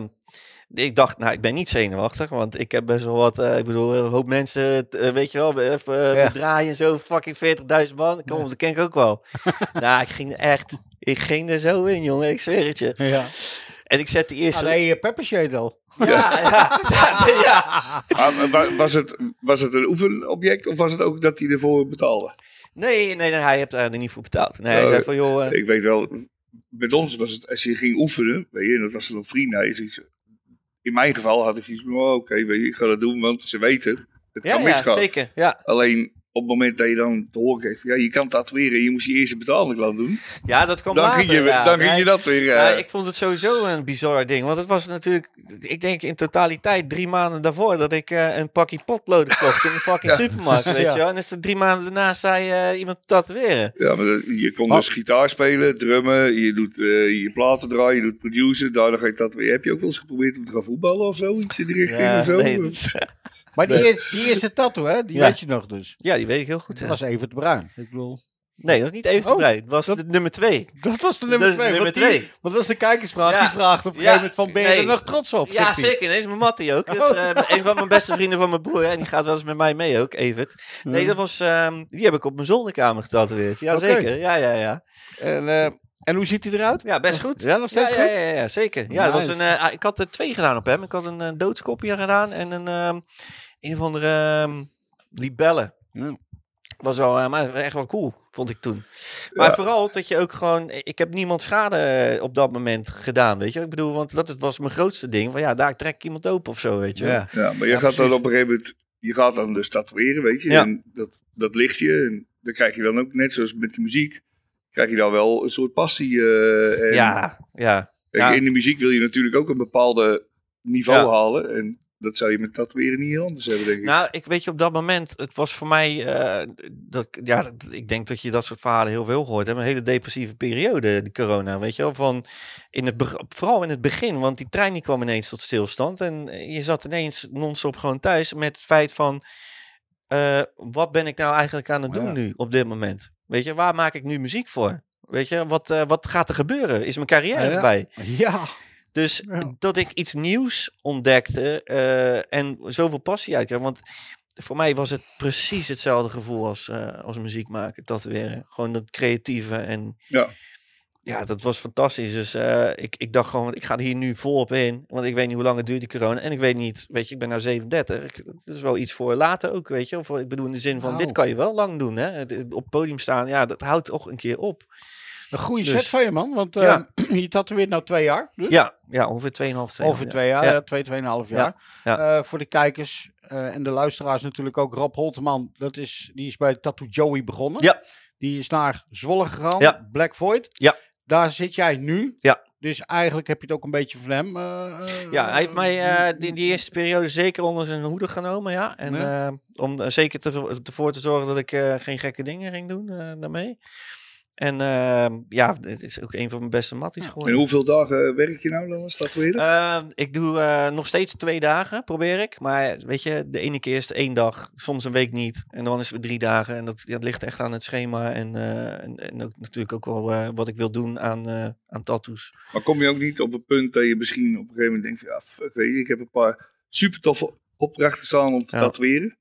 ik dacht, nou, ik ben niet zenuwachtig, want ik heb best wel wat, uh, ik bedoel, een hoop mensen, uh, weet je wel, even uh, ja. draaien en zo, fucking veertigduizend man, kom, ja. dat ken ik ook wel. Nou, ik ging echt, ik ging er zo in, jongen, ik zweer het je. Ja. En ik zet die eerste... Alleen je peppershade al. Ja, ja. ja, ja. Maar was het, was het een oefenobject of was het ook dat hij ervoor betaalde? Nee, nee, nee, hij heeft er niet voor betaald. Nee, hij uh, zei van, joh... Uh... Ik weet wel, met ons was het, als je ging oefenen, weet je, dat was er een vriend, hij is iets... In mijn geval had ik iets van, oh, oké, okay, ik ga dat doen, want ze weten, het ja, kan misgaan. Ja, zeker, ja. Alleen op het moment dat je dan te horen kreeg, ja, je kan tatoeëren, je moest je eerste betaling laten doen. Ja, dat kwam dan later. Ging je, ja. Dan ging nee, je dat weer... Uh... Ja, ik vond het sowieso een bizar ding, want het was natuurlijk, ik denk in totaliteit drie maanden daarvoor dat ik uh, een pakje potloden kocht in de fucking ja. supermarkt, weet ja. je wel. En is er drie maanden daarna zei uh, iemand te tatoeëren. Ja, maar dat, je kon oh. dus gitaar spelen, drummen, je doet uh, je platen draaien, je doet produceren, daarna ga je tatoeëren. Heb je ook wel eens geprobeerd om te gaan voetballen of zo? Iets in die richting ja, of zo? Nee, Maar die, is, die eerste tattoo, hè? Die ja. weet je nog dus. Ja, die weet ik heel goed. Dat was Evert de Bruin. Ik bedoel... Nee, dat was niet Evert de Bruin. Dat was dat, de nummer twee. Dat was de nummer twee. Nummer twee. Want dat was de kijkersvraag. Ja. Die vraagt op een gegeven moment van, ben je nee. er nog trots op? Ja, zeker. Nee, is mijn Mattie ook. Dat is uh, een van mijn beste vrienden van mijn broer. En die gaat wel eens met mij mee ook, Evert. Nee, dat was... Um, die heb ik op mijn zolderkamer getatoeëerd. Ja, okay. zeker. Ja, ja, ja. En... Uh, En hoe ziet hij eruit? Ja, best goed. Ja, nog steeds ja, goed? Ja, ja, ja, zeker. Ja, nice. dat was een, uh, ik had er twee gedaan op hem. Ik had een uh, doodskopje gedaan en een, um, een of andere um, libelle. Ja. Was wel, uh, maar echt wel cool, vond ik toen. Maar ja. vooral dat je ook gewoon... Ik heb niemand schade op dat moment gedaan, weet je. Ik bedoel, want dat was mijn grootste ding. Van ja, daar trek ik iemand open of zo, weet je. Ja, ja maar je ja, gaat precies. dan op een gegeven moment... Je gaat dan dus tatoeëren, weet je. Ja. En dat, dat ligt je. En dan krijg je dan ook, net zoals met de muziek... krijg je dan wel een soort passie. Uh, en ja, ja. Kijk, ja. In de muziek wil je natuurlijk ook een bepaalde niveau ja. halen. En dat zou je met tatoeëren niet heel anders hebben, denk ik. Nou, ik weet je, op dat moment, het was voor mij... Uh, dat, ja, ik denk dat je dat soort verhalen heel veel gehoord hebt. Een hele depressieve periode, die corona, weet je wel. Van in het, vooral in het begin, want die trein die kwam ineens tot stilstand. En je zat ineens non-stop gewoon thuis met het feit van... Uh, wat ben ik nou eigenlijk aan het doen ja. nu, op dit moment? Weet je, waar maak ik nu muziek voor? Weet je, wat, uh, wat gaat er gebeuren? Is mijn carrière ja, ja. erbij? Ja. Dus ja. dat ik iets nieuws ontdekte uh, en zoveel passie uitkreeg. Want voor mij was het precies hetzelfde gevoel als, uh, als muziek maken, tatoeëren. Gewoon dat creatieve en... Ja. Ja, dat was fantastisch. Dus uh, ik, ik dacht gewoon, ik ga er hier nu volop in. Want ik weet niet hoe lang het duurt, die corona. En ik weet niet, weet je, ik ben nou zevenendertig. Dat is wel iets voor later ook, weet je. Of, ik bedoel in de zin van, wow. dit kan je wel lang doen, hè. Op het podium staan, ja, dat houdt toch een keer op. Een goede dus, set van je, man. Want uh, ja. je tatoeëert nou twee jaar. Dus? Ja, ja, ongeveer tweeënhalf, twee Ongeveer twee jaar, ja. ja, twee, tweeënhalf jaar. Ja. Ja. Uh, voor de kijkers uh, en de luisteraars natuurlijk ook. Rob Holteman, dat is, die is bij Tattoo Joey begonnen. Ja. Die is naar Zwolle gegaan, ja. Black Void. Ja. Daar zit jij nu. Ja. Dus eigenlijk heb je het ook een beetje van hem. Uh, ja, hij heeft mij uh, die, die eerste periode zeker onder zijn hoede genomen. Ja. En ja. Uh, om uh, zeker te, ervoor te zorgen dat ik uh, geen gekke dingen ging doen uh, daarmee. En uh, ja, het is ook een van mijn beste matties geworden. En hoeveel dagen werk je nou dan als tatoeëerder? Uh, ik doe uh, nog steeds twee dagen, probeer ik. Maar weet je, de ene keer is het één dag, soms een week niet. En dan is het weer drie dagen. En dat, ja, dat ligt echt aan het schema. En, uh, en, en ook, natuurlijk ook wel uh, wat ik wil doen aan, uh, aan tattoos. Maar kom je ook niet op het punt dat je misschien op een gegeven moment denkt van... Ja, fuck, weet je, ik heb een paar super toffe opdrachten staan om te ja. tatoeëren.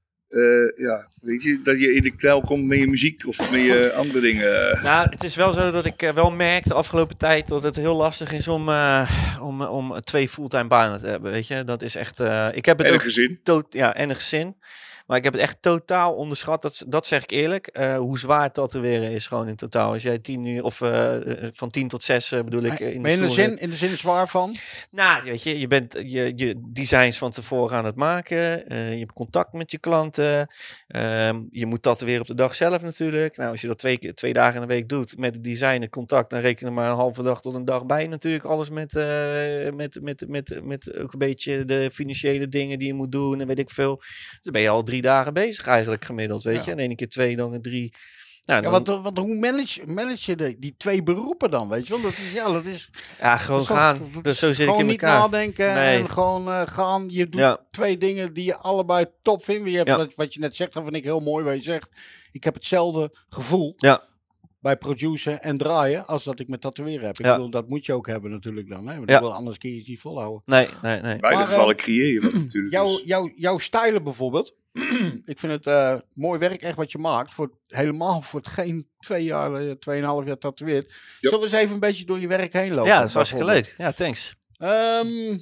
Uh, ja, weet je, dat je in de knel komt met je muziek of met je andere dingen. Nou, het is wel zo dat ik uh, wel merk de afgelopen tijd dat het heel lastig is om, uh, om, om twee fulltime banen te hebben, weet je. Dat is echt... Uh, ik heb het en een ook gezin. To- ja, en een gezin. Maar ik heb het echt totaal onderschat, dat, dat zeg ik eerlijk, uh, hoe zwaar tatoeëren is gewoon in totaal. Als jij tien uur, of uh, van tien tot zes uh, bedoel ik. Uh, in maar de, in de, zin, in de zin zwaar van? Nou, weet je, je bent je, je designs van tevoren aan het maken. Uh, je hebt contact met je klanten. Uh, je moet tatoeëren op de dag zelf natuurlijk. Nou, als je dat twee, twee dagen in de week doet met het design contact, dan reken er maar een halve dag tot een dag bij natuurlijk. Alles met, uh, met, met, met, met ook een beetje de financiële dingen die je moet doen en weet ik veel. Dus dan ben je al drie dagen bezig eigenlijk gemiddeld, weet ja. je. En één keer twee, dan een drie. Nou, ja, dan... want, want hoe manage, manage je de, die twee beroepen dan, weet je wel? Dat is, ja, dat is... Ja, gewoon dat is gaan. Toch, dus zo zit ik in elkaar. elkaar. Gewoon niet nadenken nee. en gewoon uh, gaan. Je doet ja. twee dingen die je allebei top vindt. Je hebt ja. wat, wat je net zegt, dat vind ik heel mooi wat je zegt. Ik heb hetzelfde gevoel. Ja. bij produceren en draaien als dat ik met tatoeëren heb. Ik Ja. bedoel, dat moet je ook hebben natuurlijk dan. Hè? Want Ja. ik bedoel, anders kun je het niet volhouden. Nee, nee, nee. In beide Maar, gevallen eh, creëer je wat natuurlijk. Jouw, dus. jouw, jouw stijlen bijvoorbeeld. Ik vind het eh, mooi werk echt wat je maakt. Voor, helemaal voor hetgeen twee jaar, eh, tweeënhalf jaar tatoeëert. Zullen we eens even een beetje door je werk heen lopen? Ja, dat is hartstikke bijvoorbeeld? leuk. Ja, thanks. Ehm,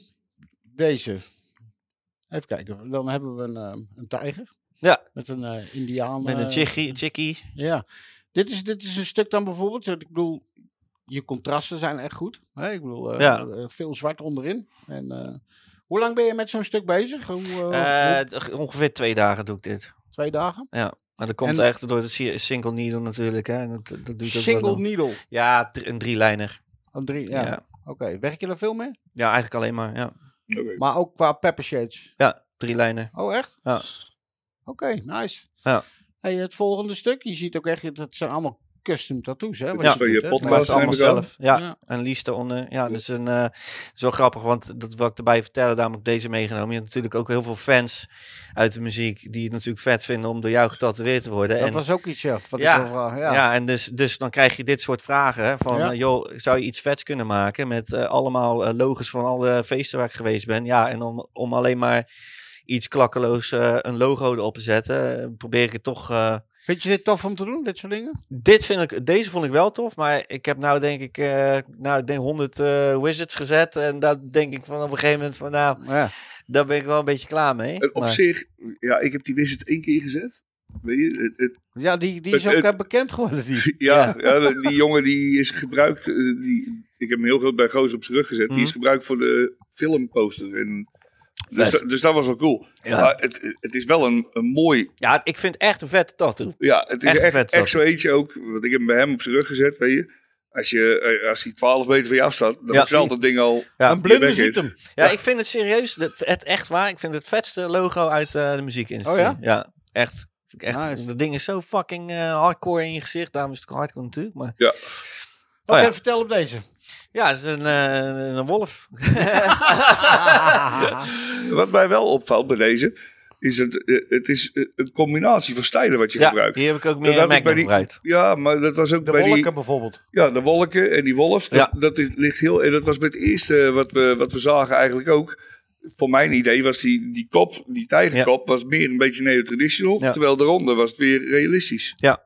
deze. Even kijken. Dan hebben we een, eh, een tijger. Ja. Met een eh indiaan. Met een eh, chickie. chickie. Ja. Dit is, dit is een stuk dan bijvoorbeeld. Ik bedoel, je contrasten zijn echt goed. Hè? Ik bedoel, eh, Ja. eh, veel zwart onderin. En, eh, hoe lang ben je met zo'n stuk bezig? Hoe, eh, Eh, hoe- ongeveer twee dagen doe ik dit. twee dagen? Ja. Maar dat komt En- echt door de si- single needle natuurlijk. Hè. Dat, dat doe ik ook wel Single dan. needle. Ja, dr- een drielijner. Een drie, Ja. ja. Ja. Oké, werk je er veel mee? eigenlijk alleen maar. Ja, Oké. Maar ook qua pepper shades. ja drielijner. Oh, echt? Ja. Oké, nice. Ja. Hey, het volgende stuk, je ziet ook echt, dat zijn allemaal custom tattoos, hè? wat Ja, je van je doet, hè? podcast. Maar het is neem allemaal ik aan. zelf. Ja, Ja. en liefst eronder. Ja, dus een, eh zo grappig, want dat wil ik erbij vertellen. Daarom heb ik deze meegenomen. Je hebt natuurlijk ook heel veel fans uit de muziek die het natuurlijk vet vinden om door jou getatoeëerd te worden. Dat en, was ook iets, ja, wat Ja, ik wil vragen. Ja. ja. en dus, dus dan krijg je dit soort vragen. Hè, van, Ja. eh, joh, zou je iets vets kunnen maken met eh, allemaal eh, logos van alle feesten waar ik geweest ben? Ja, en om, om alleen maar iets klakkeloos eh, een logo erop te zetten, eh, probeer ik het toch... eh, Vind je dit tof om te doen, dit soort dingen? Dit vind ik, deze vond ik wel tof, maar ik heb nou denk ik, eh, nou ik denk honderd eh, wizards gezet en daar denk ik van op een gegeven moment van, nou, Ja. daar ben ik wel een beetje klaar mee. Het op Maar- zich, ja, ik heb die wizard één keer gezet. Weet je, het, het, Ja, die, die is Het- ook het- eh, bekend geworden. Die. ja, ja. de- die jongen die is gebruikt, eh, die, ik heb hem heel goed bij Goos op zijn rug gezet. Mhm. Die is gebruikt voor de filmposter. En, dus, Vet. da- dus dat was wel cool. Ja. Maar het, het is wel een, een mooi, Ja, ik vind het echt een vette tattoo. ja, het is Echt een echt, vet echt zo eentje ook. Want ik heb hem bij hem op zijn rug gezet, weet je. Als, je, eh, als hij twaalf meter van je afstaat, dan Ja. knalt dat ding al. Ja. Een blinde weg ziet is. hem. Ja, ik vind het serieus, het, het echt waar, ik vind het vetste logo uit eh, de muziekindustrie. Oh ja? echt. Vind ik echt. Nice. Dat ding is zo fucking eh, hardcore in je gezicht, daarom is het ook hardcore natuurlijk. Maar Ja. Oké, Oh ja. vertel op deze. ja, het is een, eh, een wolf. Wat mij wel opvalt bij deze, is het, eh, het is eh, een combinatie van stijlen wat je Ja, gebruikt. hier heb ik ook Dat meer had ik Magnum bij die- gebruikt. Ja, maar dat was ook De bij wolken die... bijvoorbeeld. Ja, de wolken en die wolf, dat, Ja. dat is, ligt heel... En dat was met het eerste wat we, wat we zagen eigenlijk ook. Voor mijn idee was die, die kop, die tijgerkop, was meer een beetje neo-traditional. Ja. Terwijl daaronder was het weer realistisch. Ja,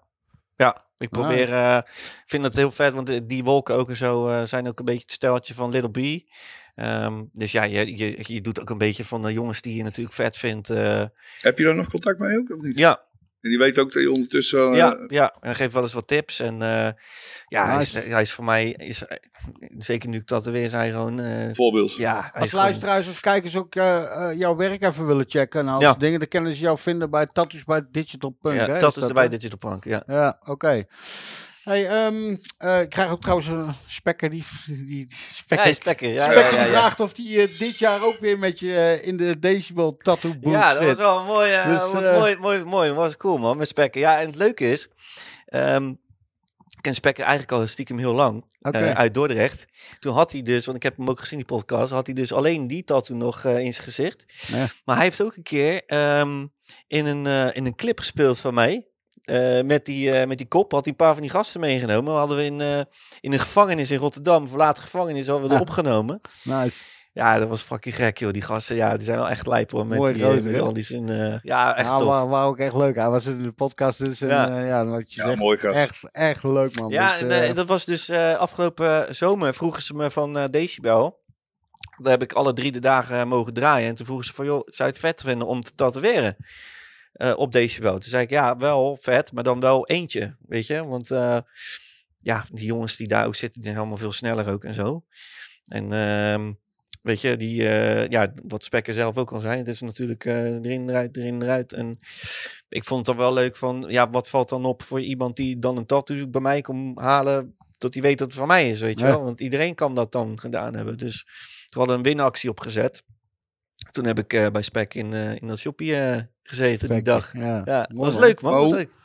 ik Ah. probeer, eh, ik vind het heel vet, want die- die wolken ook en zo eh, zijn ook een beetje het steltje van Little B. Ehm, dus ja, je, je, je doet ook een beetje van de jongens die je natuurlijk vet vindt. eh, Heb je daar nog contact mee ook, of niet? ja, En die weet ook dat je ondertussen... eh, ja, ja, en geeft wel eens wat tips. En eh, ja, hij is, Nice. hij is voor mij, is, zeker nu ik tatoeëer, zijn gewoon, eh, Voorbeeld. ja, hij Als is gewoon- luisteraars of kijkers ook eh, eh, jouw werk even willen checken. Nou, als Ja. dingen, dan kunnen ze jou vinden bij Tattoos bij Digital Punk. ja, hè? dat Is is erbij hè? Digital Punk, ja. Ja, oké. Hey, ehm, eh, ik krijg ook trouwens een spekker die, die, die spekker, Ja, Spekker, ja, spekker ja, die ja, ja. vraagt of die eh, dit jaar ook weer met je eh, in de Decibel Tattoo Booth Ja, dat zit. was wel een mooi, eh, Dus, was eh, mooi, mooi, mooi, was cool man, met Spekker. Ja, en het leuke is, ehm, ik ken Spekker eigenlijk al stiekem heel lang, Oké. eh, uit Dordrecht. Toen had hij dus, want ik heb hem ook gezien, die podcast, had hij dus alleen die tattoo nog eh, in zijn gezicht. Ja. Maar hij heeft ook een keer ehm, in, een, eh, in een clip gespeeld van mij. Eh, met, die, eh, met die kop had hij een paar van die gasten meegenomen. We hadden we in, eh, in een gevangenis in Rotterdam, een verlaten gevangenis, hadden we er Ja. opgenomen. Nice. Ja, dat was fucking gek, joh. Die gasten, ja, die zijn wel echt lijp, hoor. Met, Mooi die, eh, gozer, met hè? al die zin, eh, ja, echt Ja, tof. wou, wou ook echt leuk. Hij was in de podcast dus. En, Ja. ja, ja wat je Ja, zegt, mooi gast. Echt, echt leuk, man. Ja, Dus, en, eh, eh, dat was dus eh, afgelopen zomer vroegen ze me van eh, Decibel. Daar heb ik alle drie de dagen eh, mogen draaien. En toen vroegen ze van, joh, zou je het vet vinden om te tatoeëren eh, op Decibel? Toen zei ik, ja, wel vet, maar dan wel eentje, weet je. Want eh, ja, die jongens die daar ook zitten, die zijn allemaal veel sneller ook en zo. En ehm, weet je, die, eh, ja, wat Spekker zelf ook al zei, het is natuurlijk eh, erin, eruit, erin, eruit. En ik vond het dan wel leuk van, ja, wat valt dan op voor iemand die dan een tattoo bij mij komt halen, tot hij weet dat het van mij is, weet je Ja. wel. Want iedereen kan dat dan gedaan hebben. Dus we hadden een winactie opgezet. Toen heb ik eh, bij Spek in, eh, in dat shoppie eh, gezeten die Spekker, dag. Ja, Ja, dat Mooi, was man. leuk, man. Oh. Dat was leuk.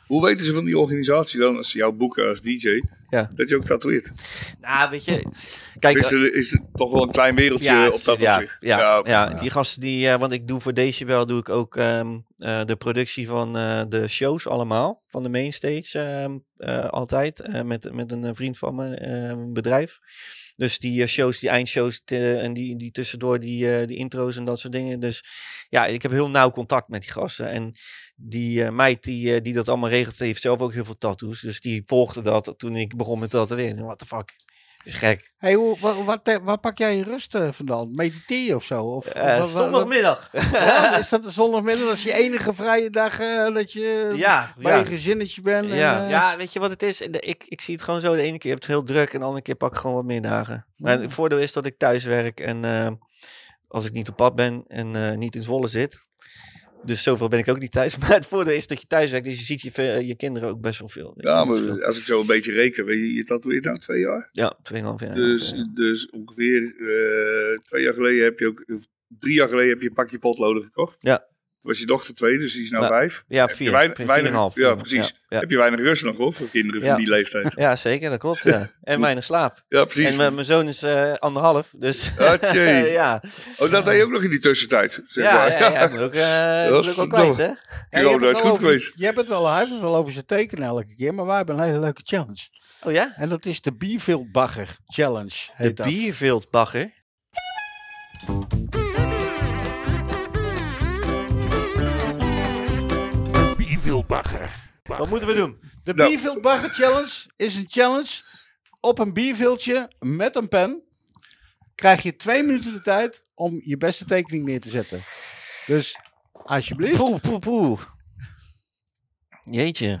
Hoe weten ze van die organisatie dan, als ze jou boeken als D J, Ja. dat je ook tatoeëert? Nou, weet je... Kijk, Is er, is er toch wel een klein wereldje ja, op dat ja, opzicht? ja, ja, oké. ja, die gasten die... Uh, want ik doe voor Decibel doe ik ook um, uh, de productie van uh, de shows allemaal. Van de mainstage um, uh, altijd. Uh, met, met een vriend van me, uh, een bedrijf. Dus die uh, shows, die eindshows te, en die, die tussendoor die, uh, die intro's en dat soort dingen. Dus ja, ik heb heel nauw contact met die gasten. En die uh, meid die, uh, die dat allemaal regelt, heeft zelf ook heel veel tattoos. Dus die volgde dat toen ik begon met tatoeëren. What the fuck? Is gek. Hey, hoe, wat, wat, waar pak jij je rust uh, vandaan? Mediteer je of zo? Of, Uh, of, zondagmiddag. Ja, is dat de zondagmiddag? Dat is je enige vrije dag uh, dat je Ja, bij ja. je gezinnetje bent? Ja, en, uh, ja, weet je wat het is? De- Ik, ik zie het gewoon zo. De ene keer heb je het heel druk en de andere keer pak ik gewoon wat meer dagen. Maar het voordeel is dat ik thuis werk en uh, als ik niet op pad ben en uh, niet in Zwolle zit. Dus zoveel ben ik ook niet thuis. Maar het voordeel is dat je thuis werkt, dus je ziet je, je kinderen ook best wel veel. Dus Ja, dat is maar wel- als ik zo een beetje reken, weet je, je tatoeëert nou twee jaar. ja, tweeënhalf jaar. Dus, ongeveer. dus ongeveer uh, twee jaar geleden heb je ook, of drie jaar geleden heb je een pakje potloden gekocht. Ja. Toen was je dochter twee, dus die is nou Ja. vijf. Ja, Heb je vier. weinig- Vier, weinig- vier en een half. Ja, precies. Ja, ja. Heb je weinig rust nog hoor, voor kinderen van Ja. die leeftijd. Ja, zeker, dat klopt. Ja. En weinig slaap. Ja, precies. En mijn- mijn zoon is uh, anderhalf, dus Atje. ja. Oh, dat deed je ook nog in die tussentijd. Zeg Ja, maar. ja, ja, ik ben ook, uh, ik ben ook wel kwijt, hè? ja, je Jo, hebt dat het is wel goed over- geweest. Je hebt het wel, hij heeft het wel over zijn tekenen elke keer, maar wij hebben een hele leuke challenge. Oh ja? En dat is de Bierveldbagger Challenge. De Heet dat. bierveldbagger. Wat moeten we doen? De Nou. Bierveldbagger Challenge is een challenge op een bierveldje met een pen. Krijg je twee minuten de tijd om je beste tekening neer te zetten. Dus alsjeblieft. Poeh, poeh, poeh. Jeetje.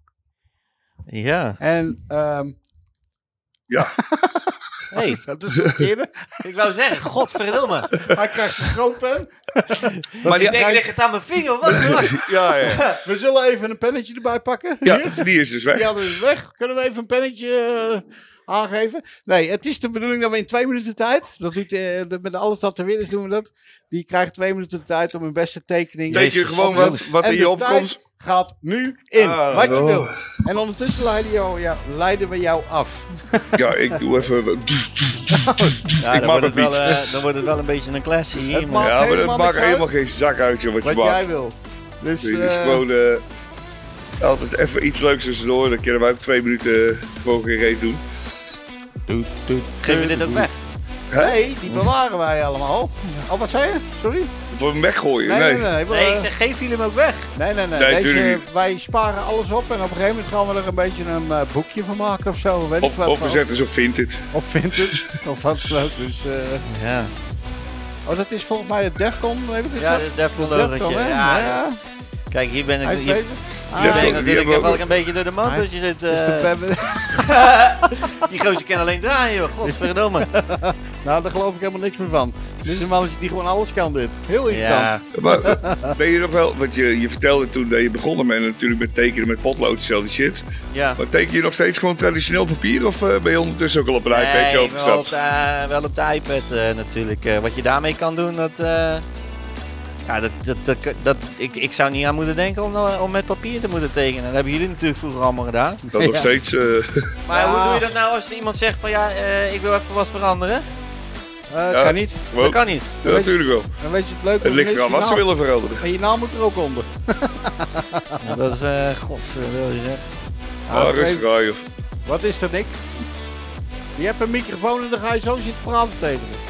Ja. En ehm Ja. Hey, dat is de verkeerde. ik wou zeggen, godverdomme. Hij krijgt een grootpen. Maar die, Ik denk, ligt het aan mijn vinger of wat? Wat? ja, ja. We zullen even een pennetje erbij pakken. ja, Hier. die is dus weg. Ja, dat is weg. Kunnen we even een pennetje eh, aangeven? Nee, het is de bedoeling dat we in twee minuten tijd, dat doet, eh, de- met alle tatoeëerders doen we dat, die krijgen twee minuten de tijd om hun beste tekening... Teken Jezus. gewoon wat, wat en in de je opkomt. tijd gaat nu in, Ah, wat je oh. wil. En ondertussen leiden, jou, ja, leiden we jou af. Ja, ik doe even... Ja, Ik dan, mag wordt het het wel, niet. eh, dan wordt het wel een beetje een klasje hier. Het Maar... mag- Ja, maar dat helemaal maakt niks helemaal geen zak uit, joh, wat je Wat jij maakt. wil. Dus, Het is eh, gewoon eh, altijd even iets leuks tussendoor. Dan kunnen wij ook twee minuten gewoon geen reet doen. doet, doet, Geven we dit ook weg? Nee, die bewaren wij allemaal. Oh, wat zei je? Sorry? Voor hem weggooien, Nee, nee. nee, nee. we- Nee, ik zeg, geef jullie hem ook weg. Nee, nee, nee. Nee, Deze, tuurlijk niet. wij sparen alles op en op een gegeven moment gaan we er een beetje een eh, boekje van maken of zo. Weet ik Of, wat of we van. zetten ze op Vinted. Of vintage. Of wat dan ook. Dus, eh, Ja, oh, dat is volgens mij het Defcon. Nee, wat is ja dat? dat is Defcon Defcon, logotje. hè? Ja, Ja, kijk, hier ben hij ik... is Hier, bezig. Ah, hier Defcon, ben ik die natuurlijk hebben we val ook. ik een beetje door de mand Hij- als je zit... dus de eh, pep- die gozer kan alleen draaien, joh. Godverdomme. nou, daar geloof ik helemaal niks meer van. Dit is een mannetje die gewoon alles kan, dit. Heel irritant. Ja, Maar eh, ben je nog wel... Want je, je vertelde toen dat je begonnen bent natuurlijk met tekenen met potlood, dezelfde shit. ja. Maar teken je nog steeds gewoon traditioneel papier? Of eh, ben je ondertussen ook al op een Nee, iPadje wel op, overgestapt? de, eh, wel op de iPad eh, natuurlijk. Eh, wat je daarmee kan doen, dat... eh, ja, dat, dat, dat, dat, ik, ik zou niet aan moeten denken om, nou- om met papier te moeten tekenen. Dat hebben jullie natuurlijk vroeger allemaal gedaan. Dat nog Ja. steeds... eh, Maar Ja. hoe doe je dat nou als iemand zegt van ja, eh, ik wil even wat veranderen? Eh, Ja. Kan niet. gewoon- Dat kan niet. ja, natuurlijk wel. Dan weet je het leuke Het ligt eraan wat ze willen veranderen. En je naam moet er ook onder. Ja, dat is, eh godverdomme zeg. Ah, Ah, oké. rustig aan, joh. Wat is er, Nick? Je hebt een microfoon en dan ga je zo zitten praten tegen me.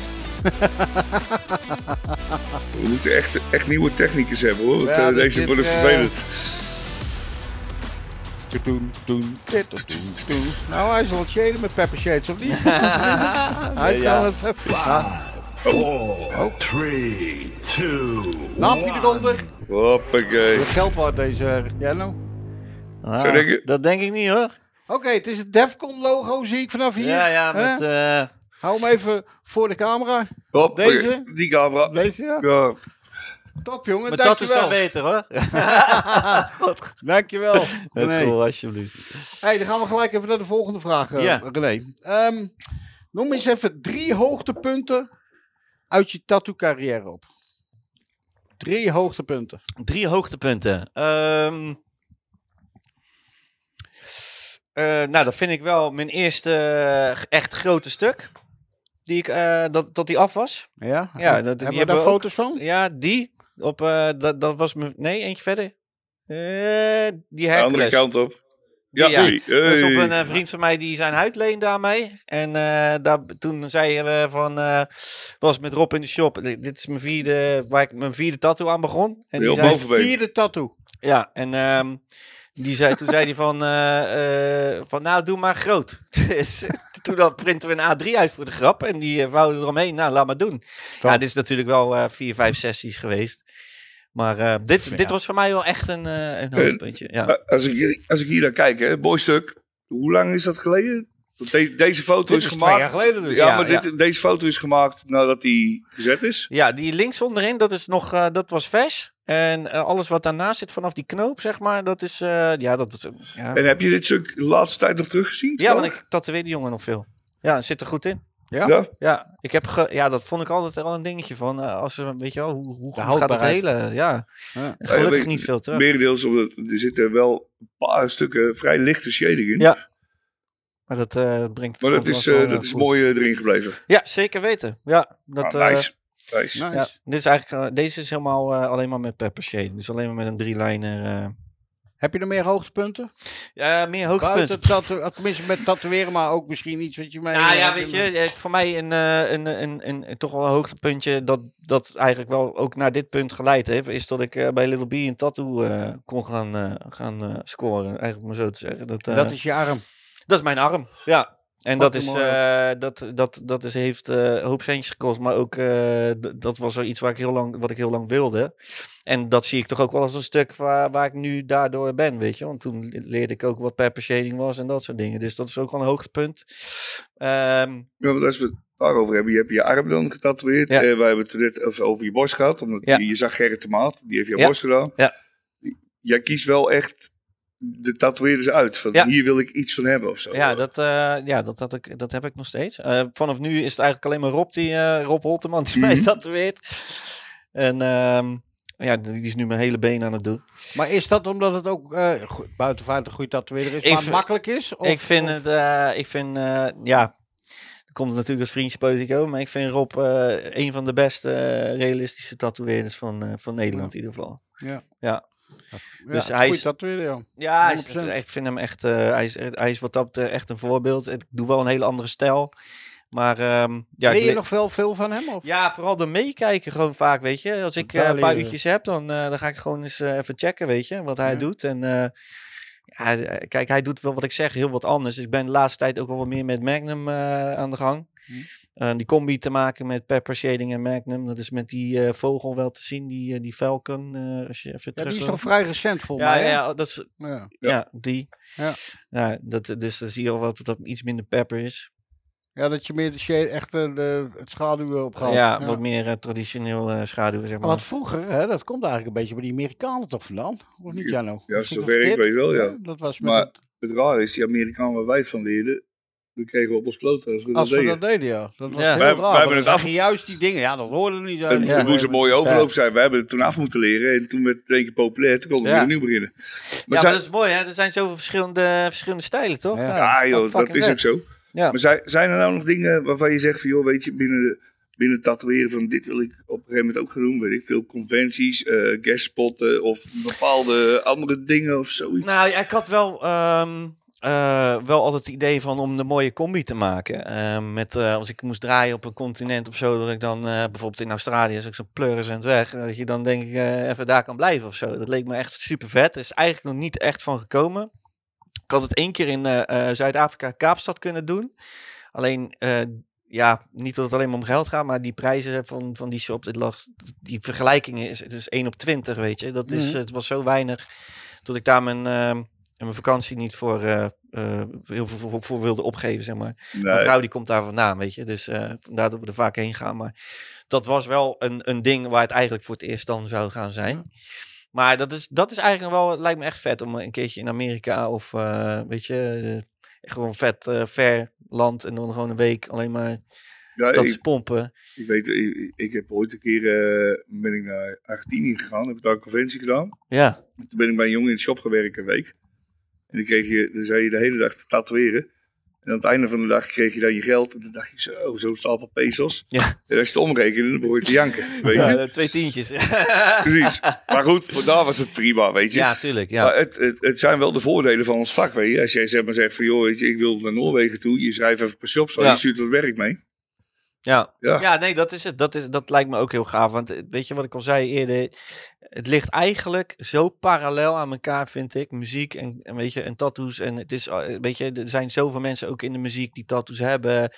We moeten echt, echt nieuwe technicus hebben, hoor. Want, Ja, eh, dit- deze dit, worden eh, vervelend. Toen, toen, dit, toen, toen. Nou, hij is wel shaden met pepper shades, of niet? Wat is het? Hij is Ja. gewoon met pepper. Ah, Four, three, two, naampje eronder. Hoppakee. Wat geld waard deze. Ja, nou. Ah, Zo denk je? dat denk ik niet hoor. Oké, het is het Defcon logo, zie ik vanaf hier. Ja, ja, Hè? met... eh, Hou hem even voor de camera. Hoppakee. Deze? Die camera. Deze, ja. Ja. Top, jongen. maar dat is Dankjewel. wel beter hoor. Dankjewel. Nee. Cool, alsjeblieft. Hey, dan gaan we gelijk even naar de volgende vraag, uh, Ja. René. Ehm, noem eens even drie hoogtepunten uit je tattoo-carrière op. Drie hoogtepunten. Drie hoogtepunten. Ehm Uh, nou, dat vind ik wel mijn eerste uh, echt grote stuk. Die ik, uh, dat, dat die af was. Ja? Ja, dat, hebben die we daar we foto's ook. van? Ja, die. Op, uh, dat, dat was mijn... Nee, eentje verder. Uh, die Hercules. De andere kant op. Ja, die, ja. Hey. Dat is op een uh, vriend van mij die zijn huid leende daarmee. En uh, daar, toen zeiden we van... Uh, was met Rob in de shop. Dit is mijn vierde... Waar ik mijn vierde tattoo aan begon. En Heel die zei, vierde tattoo. Ja, en... Um, Die zei, toen zei hij van, uh, uh, van, nou, doe maar groot. Dus toen dat printen we een A drie uit voor de grap. En die uh, vouwden eromheen. Nou, laat maar doen. Ja, dit is natuurlijk wel uh, vier, vijf sessies geweest. Maar uh, dit, ja. dit was voor mij wel echt een, uh, een hoogtepuntje. Ja. Als, ik, als ik hier naar kijk, hè, mooi stuk. Hoe lang is dat geleden? De, deze foto dit is, is gemaakt. Twee jaar geleden dus. Ja, ja maar ja. Dit, deze foto is gemaakt nadat die gezet is. Ja, die links onderin, dat is nog, uh, dat was vers. En uh, alles wat daarnaast zit vanaf die knoop, zeg maar, dat is, uh, ja, dat was... Ja. En heb je dit stuk de laatste tijd nog teruggezien? Ja, want ik tatoeëer die jongen nog veel. Ja, het zit er goed in. Ja? Ja, ja, ik heb ge, ja, dat vond ik altijd wel een dingetje van, uh, als we, weet je wel, hoe, hoe goed gaat het hele, ja. ja. Gelukkig ja, niet veel terug. Merendeels, omdat er zitten wel een paar stukken vrij lichte shading in. Ja. Maar dat uh, brengt... Maar dat is, uh, dat is mooi uh, erin gebleven. Ja, zeker weten. Ja, dat, ah, nice. Uh, nice. Ja, dit is eigenlijk, uh, deze is helemaal uh, alleen maar met pepper shade. Dus alleen maar met een drie-liner. Uh. Heb je er meer hoogtepunten? Ja, meer hoogtepunten. Tatu- tenminste met tatoeëren, maar ook misschien iets wat je mee... Nou ja, weet je, voor mij een, een, een, een, een, toch wel een hoogtepuntje dat, dat eigenlijk wel ook naar dit punt geleid heeft. Is dat ik uh, bij Little B een tattoo uh, kon gaan, uh, gaan uh, scoren. Eigenlijk maar zo te zeggen. Dat, uh, dat is je arm. Dat is mijn arm, ja. En dat, is, uh, dat, dat, dat is, heeft uh, hoop centjes gekost, maar ook uh, d- dat was iets waar ik heel lang, wat ik heel lang wilde. En dat zie ik toch ook wel als een stuk waar, waar ik nu daardoor ben, weet je. Want toen leerde ik ook wat pepper shading was en dat soort dingen. Dus dat is ook wel een hoogtepunt. Um, ja, want als we het daarover hebben, je hebt je arm dan getatoeëerd. Ja. Uh, wij hebben het net over je borst gehad, omdat ja. je, je zag Gerrit de Maat, die heeft je ja. borst gedaan. Ja. Jij kiest wel echt de tatoeëerders uit. Van ja. hier wil ik iets van hebben of zo. Ja, dat, uh, ja dat, had ik, dat heb ik nog steeds. Uh, vanaf nu is het eigenlijk alleen maar Rob, die, uh, Rob Holteman, die mm-hmm. mij tatoeëert. En um, ja, die is nu mijn hele been aan het doen. Maar is dat omdat het ook uh, go- buiten feit een goede tatoeëerder is, ik maar v- makkelijk is? Of, ik vind of? het, uh, ik vind, uh, ja, er komt natuurlijk als vriendje politico, maar ik vind Rob uh, een van de beste uh, realistische tatoeëerders van, uh, van Nederland ja. in ieder geval. Ja. Ja. Ja, dus hij is, tatoeëerder, ja. Ja, hij is, ik vind hem echt, uh, hij, is, hij is wat dat uh, echt een voorbeeld. Ik doe wel een hele andere stijl. Maar um, ja, leer je le- nog wel veel van hem? Of? Ja, vooral door meekijken gewoon vaak, weet je. Als ik uh, een paar uurtjes heb, dan, uh, dan ga ik gewoon eens uh, even checken, weet je, wat hij ja. doet. En uh, ja, kijk, hij doet wel wat ik zeg, heel wat anders. Dus ik ben de laatste tijd ook wel wat meer met Magnum uh, aan de gang. Hmm. Uh, die combi te maken met pepper shading en Magnum. Dat is met die uh, vogel wel te zien, die, uh, die Falcon. Uh, als je even ja, terug die is wil. toch vrij recent volgens ja, mij, hè? Ja, dat is, ja. ja, die. Ja. Ja, dat, dus dan zie je al wat dat iets minder pepper is. Ja, dat je meer de shade, echt de, de, het schaduwen opgaat. Ja, ja, wat meer uh, traditioneel uh, schaduwen, zeg maar. Want vroeger, hè, dat komt eigenlijk een beetje bij die Amerikanen toch vandaan? Of niet, Jano? Ja, zover ik weet wel, ja. ja dat was met maar het... het rare is, die Amerikanen waar wij het van leerden, we kregen op ons kloten als we als dat we deden. dat deden, ja. Dat was ja. heel wij, raar. wij hebben het af... juist die dingen, ja, dat hoorde niet. Het ja. moest een mooie overloop zijn. We hebben het toen af moeten leren en toen werd het een keer populair. Toen konden we ja. weer opnieuw beginnen. Maar, maar, ja, zijn... maar dat is mooi, hè? Er zijn zoveel verschillende, verschillende stijlen, toch? Ja, ja, ja dat, joh, dat is vet. Ook zo. Ja. Maar zijn, zijn er nou nog dingen waarvan je zegt van, joh, weet je, binnen, de, binnen het tatoeëren van dit wil ik op een gegeven moment ook gaan doen. Weet ik veel, conventies, uh, guestspotten of bepaalde andere dingen of zoiets? Nou, ja, ik had wel... Um... Uh, wel altijd het idee van om de mooie combi te maken. Uh, met, uh, als ik moest draaien op een continent of zo, dat ik dan uh, bijvoorbeeld in Australië, als ik zo pleurisend weg, dat je dan denk ik uh, even daar kan blijven of zo. Dat leek me echt super vet. Er is eigenlijk nog niet echt van gekomen. Ik had het één keer in uh, uh, Zuid-Afrika, Kaapstad kunnen doen. Alleen, uh, ja, niet dat het alleen maar om geld gaat, maar die prijzen van, van die shop, dit lag, die vergelijkingen is, het is één op twintig, weet je. Dat is, mm-hmm. Het was zo weinig dat ik daar mijn... Uh, en mijn vakantie niet voor uh, uh, heel veel voor, voor wilde opgeven, zeg maar. Nee. Mijn vrouw die komt daar vandaan, weet je. Dus uh, vandaar dat we er vaak heen gaan. Maar dat was wel een, een ding waar het eigenlijk voor het eerst dan zou gaan zijn. Ja. Maar dat is, dat is eigenlijk wel, het lijkt me echt vet om een keertje in Amerika of, uh, weet je, uh, gewoon vet uh, ver land en dan gewoon een week alleen maar ja, dat ik, pompen. Ik weet, ik, ik heb ooit een keer, uh, ben ik naar Argentinië gegaan, heb ik daar een conventie gedaan. Ja. Toen ben ik bij een jongen in de shop gewerkt een week. En dan, kreeg je, dan zei je de hele dag te tatoeëren. En aan het einde van de dag kreeg je dan je geld. En dan dacht je zo, zo'n stapel pesos. Ja. En als je het omrekende, dan begon je te janken. Weet je? Ja, twee tientjes. Precies. Maar goed, voor daar was het prima, weet je. Ja, tuurlijk. Ja. Maar het, het, het zijn wel de voordelen van ons vak, weet je. Als jij zeg maar zegt van, joh, weet je, ik wil naar Noorwegen toe. Je schrijft even per shops aan, Ja. je stuurt wat werk mee. Ja. Ja. Ja, nee, dat is het. Dat, is, dat lijkt me ook heel gaaf. Want eh, weet je wat ik al zei eerder? Het ligt eigenlijk zo parallel aan elkaar, vind ik. Muziek en, en, weet je, en tattoos. En het is, eh, weet je, er zijn zoveel mensen ook in de muziek die tattoos hebben.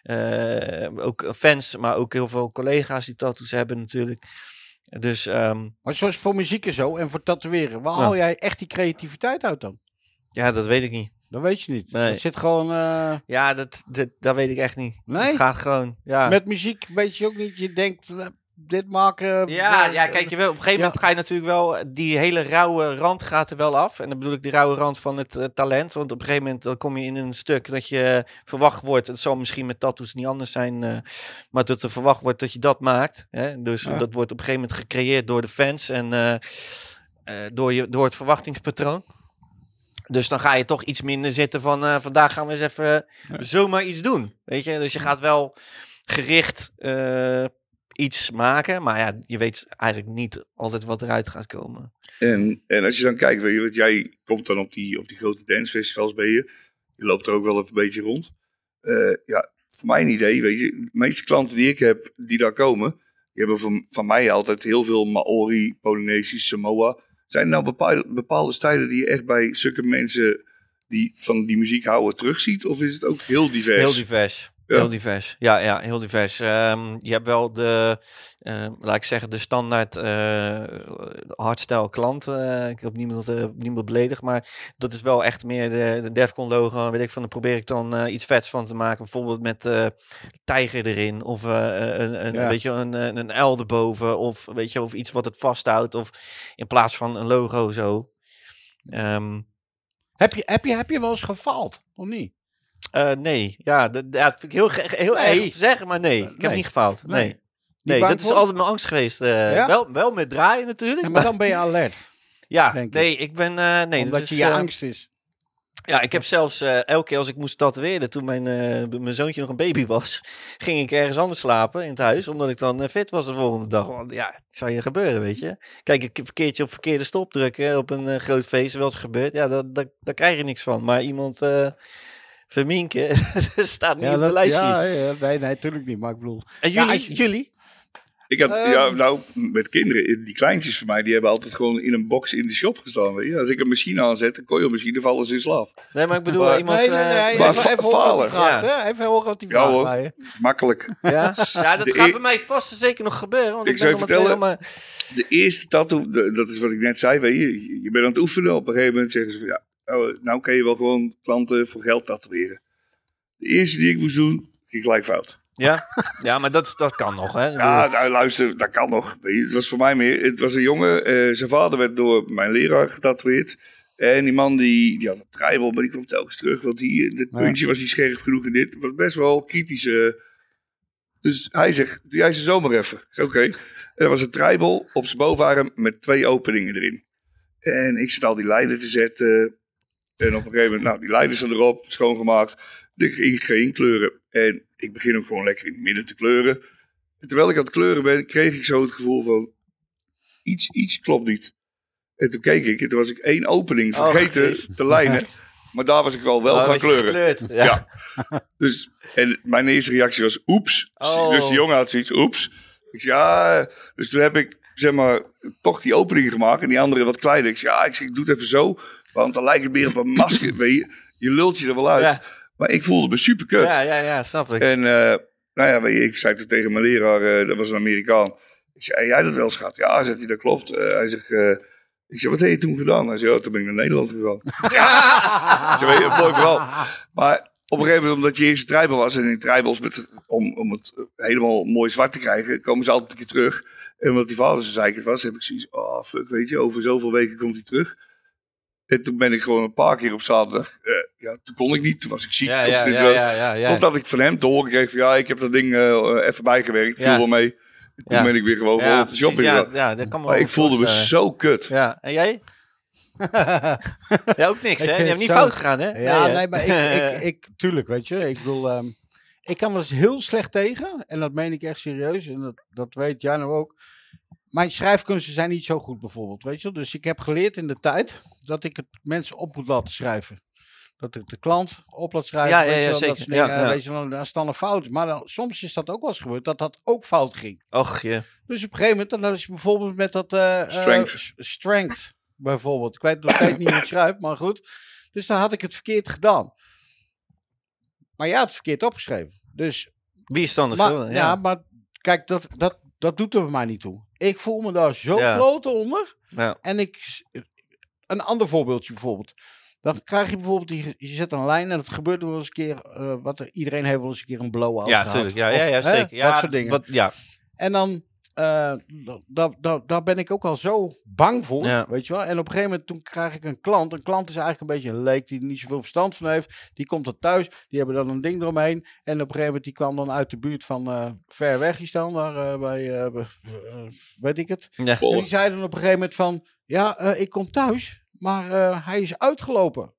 Eh, ook fans, maar ook heel veel collega's die tattoos hebben natuurlijk. Dus ehm, Maar zoals voor muziek en zo en voor tatoeëren, waar Ja. haal jij echt die creativiteit uit dan? ja, dat weet ik niet. Dat weet je niet. Nee. Dat zit gewoon... eh, Ja, dat, dat, dat weet ik echt niet. Nee? Het gaat gewoon, ja. Met muziek weet je ook niet. Je denkt, eh, dit maken... Ja, eh, ja, kijk, je wil, op een gegeven ja. moment ga je natuurlijk wel... Die hele rauwe rand gaat er wel af. En dan bedoel ik die rauwe rand van het eh, talent. Want op een gegeven moment dan kom je in een stuk dat je verwacht wordt. Het zal misschien met tattoos niet anders zijn. eh, maar dat er verwacht wordt dat je dat maakt. Hè? Dus Ja. dat wordt op een gegeven moment gecreëerd door de fans. En eh, eh, door, je, door het verwachtingspatroon. Dus dan ga je toch iets minder zitten van... eh, vandaag gaan we eens even zomaar iets doen. Weet je? Dus je gaat wel gericht... eh, iets maken. Maar ja, je weet eigenlijk niet altijd wat eruit gaat komen. En, en als je dan kijkt, weet je, want jij komt dan op die, op die grote dancefestivals ben je. Je loopt er ook wel even een beetje rond. Eh, ja, voor mijn idee, weet je, de meeste klanten die ik heb die daar komen, die hebben van, van mij altijd heel veel Maori, Polynesisch, Samoa. Zijn er nou bepaalde, bepaalde stijlen die je echt bij zulke mensen die van die muziek houden terugziet? Of is het ook heel divers? Heel divers. Ja. Heel divers. Ja, ja, heel divers. Ehm, je hebt wel de, eh, laat ik zeggen, de standaard eh hardstyle klant. Eh, ik heb niemand, eh, niemand beledigd, maar dat is wel echt meer de, de Defcon logo. Weet ik van, dan probeer ik dan eh, iets vets van te maken. Bijvoorbeeld met eh tijger erin of eh, een, een, Ja. weet je, een, een een L erboven of weet je, of iets wat het vasthoudt of in plaats van een logo zo. Ehm, Heb je, heb, je, heb je wel eens gefaald? Of niet? Uh, nee, ja, dat, ja, dat vind ik heel, ge- heel Nee. erg om te zeggen, maar nee, ik heb Nee. niet gefaald. Nee. Nee, nee, bang dat is voor? altijd mijn angst geweest. Uh, Ja? wel, wel met draaien natuurlijk. Ja, maar maar dan ben je alert. ja, denk ik. nee, ik ben, uh, nee, Omdat dat je is, je uh, angst is. Ja, ik heb zelfs uh, elke keer als ik moest tatoeëren, toen mijn, uh, mijn zoontje nog een baby was, ging ik ergens anders slapen in het huis, omdat ik dan uh, fit was de volgende dag. Want ja, het zou je gebeuren, weet je. Kijk, een verkeertje op verkeerde stop drukken op een uh, groot feest, wel eens gebeurd. Ja, dat, dat, daar krijg je niks van. Maar iemand uh, verminken, dat staat niet Ja, op de dat, lijstje. ja, ja, nee, nee, natuurlijk niet. Maar ik bedoel... En Ja, jullie? als je- jullie? Ik had, Ehm. ja, nou, met kinderen, die kleintjes van mij, die hebben altijd gewoon in een box in de shop gestaan. Weet je? Als ik een machine aanzet, een coilmachine, vallen ze in slaap. Nee, maar ik bedoel Maar- iemand... nee, nee, nee. eh, Maar even, fa- even horen wat falen. hij vraagt, Ja. hè? Even horen wat hij Ja, vraagt hoor. bij je. Makkelijk. Ja, ja dat De gaat e- bij mij vast en zeker nog gebeuren. Want Ik ik, zou ben je nog maar vertellen- twee, maar... De eerste tattoo, de- dat is wat ik net zei, weet je, je bent aan het oefenen. Op een gegeven moment zeggen ze van, ja, nou, nou kan je wel gewoon klanten voor geld tatoeëren. De eerste die ik moest doen, ging gelijk fout. Ja, ja maar dat, dat kan nog, hè? Ja, nou luister, dat kan nog. Weet je, het was voor mij meer, het was een jongen, eh, zijn vader werd door mijn leraar getatoeëerd. En die man die, die had een tribal, maar die kwam telkens terug. Want die, dit Ja. puntje was niet scherp genoeg en dit was best wel kritisch. eh. Dus hij zegt, doe jij ze zomaar even. Ik zei, oké. En er was een tribal op zijn bovenarm met twee openingen erin. En ik zit al die lijnen te zetten. En op een gegeven moment, nou, die lijnen zijn erop, schoongemaakt. Ik ging geen kleuren. En ik begin ook gewoon lekker in het midden te kleuren. En terwijl ik aan het kleuren ben, kreeg ik zo het gevoel van... Iets, iets klopt niet. En toen keek ik, en toen was ik één opening Oh, vergeten jezus. te lijnen. Maar daar was ik wel wel Oh, gaan weet je, kleuren. gekleurd. Ja. Ja. Dus, en mijn eerste reactie was oeps. Oh. Dus die jongen had zoiets, oeps. Ik zei, ja. Dus toen heb ik, zeg maar, toch die opening gemaakt. En die andere wat kleiner. Ik zei, ja, ik, zeg, ik doe het even zo. Want dan lijkt het meer op een masker. Weet je, je lult je er wel uit. Ja. Maar ik voelde me super kut. Ja, ja, ja, snap ik. En, uh, nou ja, weet je, ik zei toen tegen mijn leraar, uh, dat was een Amerikaan. Ik zei, heb jij dat wel schat? Ja, zegt hij, dat klopt. Uh, hij zegt, uh, ik zei, wat heb je toen gedaan? Hij zei, oh, toen ben ik naar Nederland gegaan. Ik zei, weet je, een mooi verhaal. Maar op een gegeven moment, omdat je eerst een tribal was. En in tribals, met, om, om het helemaal mooi zwart te krijgen, komen ze altijd een keer terug. En omdat die vader zo zeker was, heb ik zoiets, oh fuck, weet je, over zoveel weken komt hij terug. En toen ben ik gewoon een paar keer op zaterdag, uh, ja, toen kon ik niet, toen was ik ziek. Ja, of ja, dit, ja, wel. ja, ja, ja. Totdat ik van hem te horen kreeg van, ja, ik heb dat ding uh, even bijgewerkt, viel Ja. wel mee. Toen Ja. ben ik weer gewoon vol Ja, op de shop precies, ja, ingegaan. ja, dat kan me Maar wel ik voelde me voorstellen. zo kut. Ja, en jij? Ja, ook niks, Ik hè? Je vind hebt niet zo- fout gegaan, hè? Ja, hè? nee, maar ik, ik, ik, tuurlijk, weet je. Ik bedoel, ehm, ik kan er eens heel slecht tegen. En dat meen ik echt serieus. En dat, dat weet jij nou ook. Mijn schrijfkunsten zijn niet zo goed bijvoorbeeld, weet je. Dus ik heb geleerd in de tijd dat ik het mensen op moet laten schrijven. Dat ik de klant op laat schrijven. Ja, ja, weet je ja, wel, dat zeker. soort dingen, Ja, ja. Weet je wel, dan staan er fouten. Maar dan, soms is dat ook wel eens gebeurd dat dat ook fout ging. Och, je. Dus op een gegeven moment, dan had je bijvoorbeeld met dat... eh, eh, Strength. s- strength, bijvoorbeeld. Ik weet nog steeds niet hoe het schrijft, maar goed. Dus dan had ik het verkeerd gedaan. Maar jij had het verkeerd opgeschreven. Dus, Wie is dan de maar, schuld? ja. Ja. maar kijk, dat, dat, dat doet er bij mij niet toe. Ik voel me daar zo Ja. klote onder. Ja. En ik... s- Een ander voorbeeldje bijvoorbeeld. Dan krijg je bijvoorbeeld, die, je zet een lijn en het gebeurt wel eens een keer, eh, wat er, iedereen heeft wel eens een keer een blow-out Ja, gehad. natuurlijk. Ja, ja, ja, Of, hè, zeker. Ja, dat soort dingen. Wat, ja. En dan, eh, da- da- da- daar ben ik ook al zo bang voor, Ja. weet je wel. En op een gegeven moment, toen krijg ik een klant. Een klant is eigenlijk een beetje een leek die er niet zoveel verstand van heeft. Die komt er thuis, die hebben dan een ding eromheen. En op een gegeven moment, die kwam dan uit de buurt van eh, ver weg, die staan daar eh, bij, eh, be- eh, weet ik het. Ja. En die zei dan op een gegeven moment van, ja, eh, ik kom thuis, maar eh, hij is uitgelopen.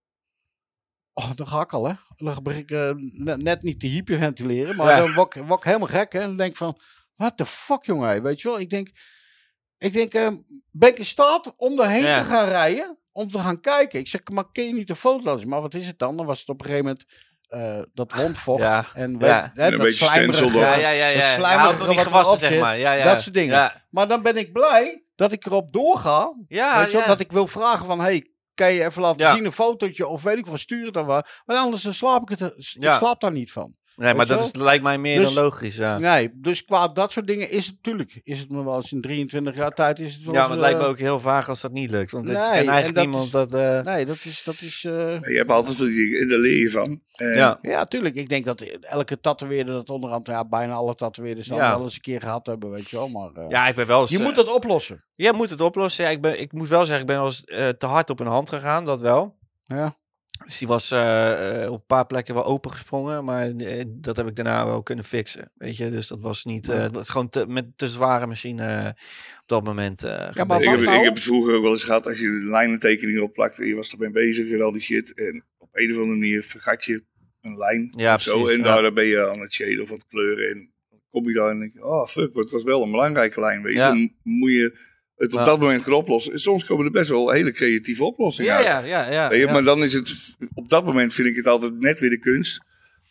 Oh, dan ga ik al, hè. Dan begin ik eh, net, net niet te hyperventileren, maar Ja. dan word ik, word ik helemaal gek, hè. En dan denk ik van, what the fuck, jongen, hé, weet je wel. Ik denk, ik denk eh, ben ik in staat om daarheen Ja. te gaan rijden, om te gaan kijken. Ik zeg, maar kun je niet een foto laten zien? Maar wat is het dan? Dan was het op een gegeven moment eh, dat wondvocht. Ja. En Ja. weet, hè, En een dat beetje slijmerige- stencil Ja, erop. ja, ja, ja. dat Ja, slijmerige had nog niet wat gewassen, erop zeg zit, maar. Ja, ja. dat soort dingen. Ja, Maar dan ben ik blij dat ik erop doorga. ja, weet je wel, ja. dat ik wil vragen van, hey, kan je even laten Ja. zien een fotootje of weet ik wat, stuur het dan wel. Maar anders dan slaap ik het, er- Ja. ik slaap daar niet van. Nee, maar Weet je dat is, lijkt mij meer Dus- dan logisch, ja. Nee, dus qua dat soort dingen is het natuurlijk, is het me wel eens in drieëntwintig jaar tijd is het wel Ja, eens, maar het lijkt me eh, ook heel vaag als dat niet lukt. Want ik Nee, ken en eigenlijk dat niemand is- dat... eh, Nee, dat is, dat is eh, Je hebt altijd wel die dingen, en daar leer je van. En ja. ja, tuurlijk. Ik denk dat elke tatoeëerder dat onderhand, ja, bijna alle tatoeëerders dan Ja. wel eens een keer gehad hebben, weet je wel. Maar eh, ja, ik ben wel eens... je eh, moet dat oplossen. Ja, moet het oplossen. Ja, ik, ben, ik moet wel zeggen, ik ben wel eens eh, te hard op een hand gegaan, dat wel. Ja. Dus die was eh, eh, op een paar plekken wel opengesprongen, maar eh, dat heb ik daarna wel kunnen fixen. Weet je, dus dat was niet, eh, dat, gewoon te, met te zware machine eh, op dat moment. eh, gaan maar ik, bezig. heb, nou? ik heb het vroeger ook wel eens gehad als je de lijnentekeningen opplakt en je was ermee bezig en al die shit. En op een of andere manier vergat je een lijn Ja, of zo. precies, En ja. daar ben je aan het shaden of wat kleuren. En dan kom je daar en denk je, oh fuck, maar het was wel een belangrijke lijn. Weet je. Ja. Dan moet je het op Ja. dat moment gaan oplossen. En soms komen er best wel hele creatieve oplossingen Ja, uit. ja, ja. ja, Weet je, ja. Maar dan is het, op dat moment vind ik het altijd net weer de kunst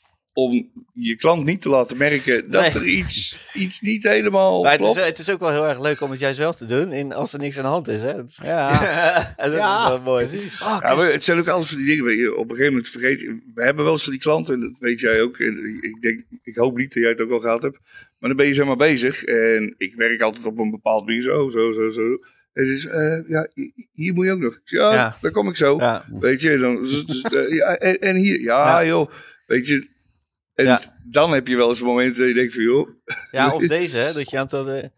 om je klant niet te laten merken dat Nee. er iets, iets niet helemaal Maar het, is, klopt. eh, het is ook wel heel erg leuk om het juist wel te doen, in, als er niks aan de hand is. Hè? Dat is- Ja, En dat Ja, is wel mooi. precies. Oh, Ja, maar het zijn ook altijd van die dingen. Weet je, op een gegeven moment vergeet je. We hebben wel eens van die klanten, en dat weet jij ook. En ik, denk, ik hoop niet dat jij het ook al gehad hebt. Maar dan ben je zeg maar bezig. En ik werk altijd op een bepaald manier. Zo, zo, zo, zo. En ze is, eh, ja, hier moet je ook nog. Ik zeg, ja, Ja. daar kom ik zo. Ja. Weet je, dan, dus, dus, eh, ja, en, en hier, ja, Ja. joh. Weet je. En Ja. dan heb je wel eens momenten dat je denkt van, joh. Ja, of deze, hè, dat je aan het... eh,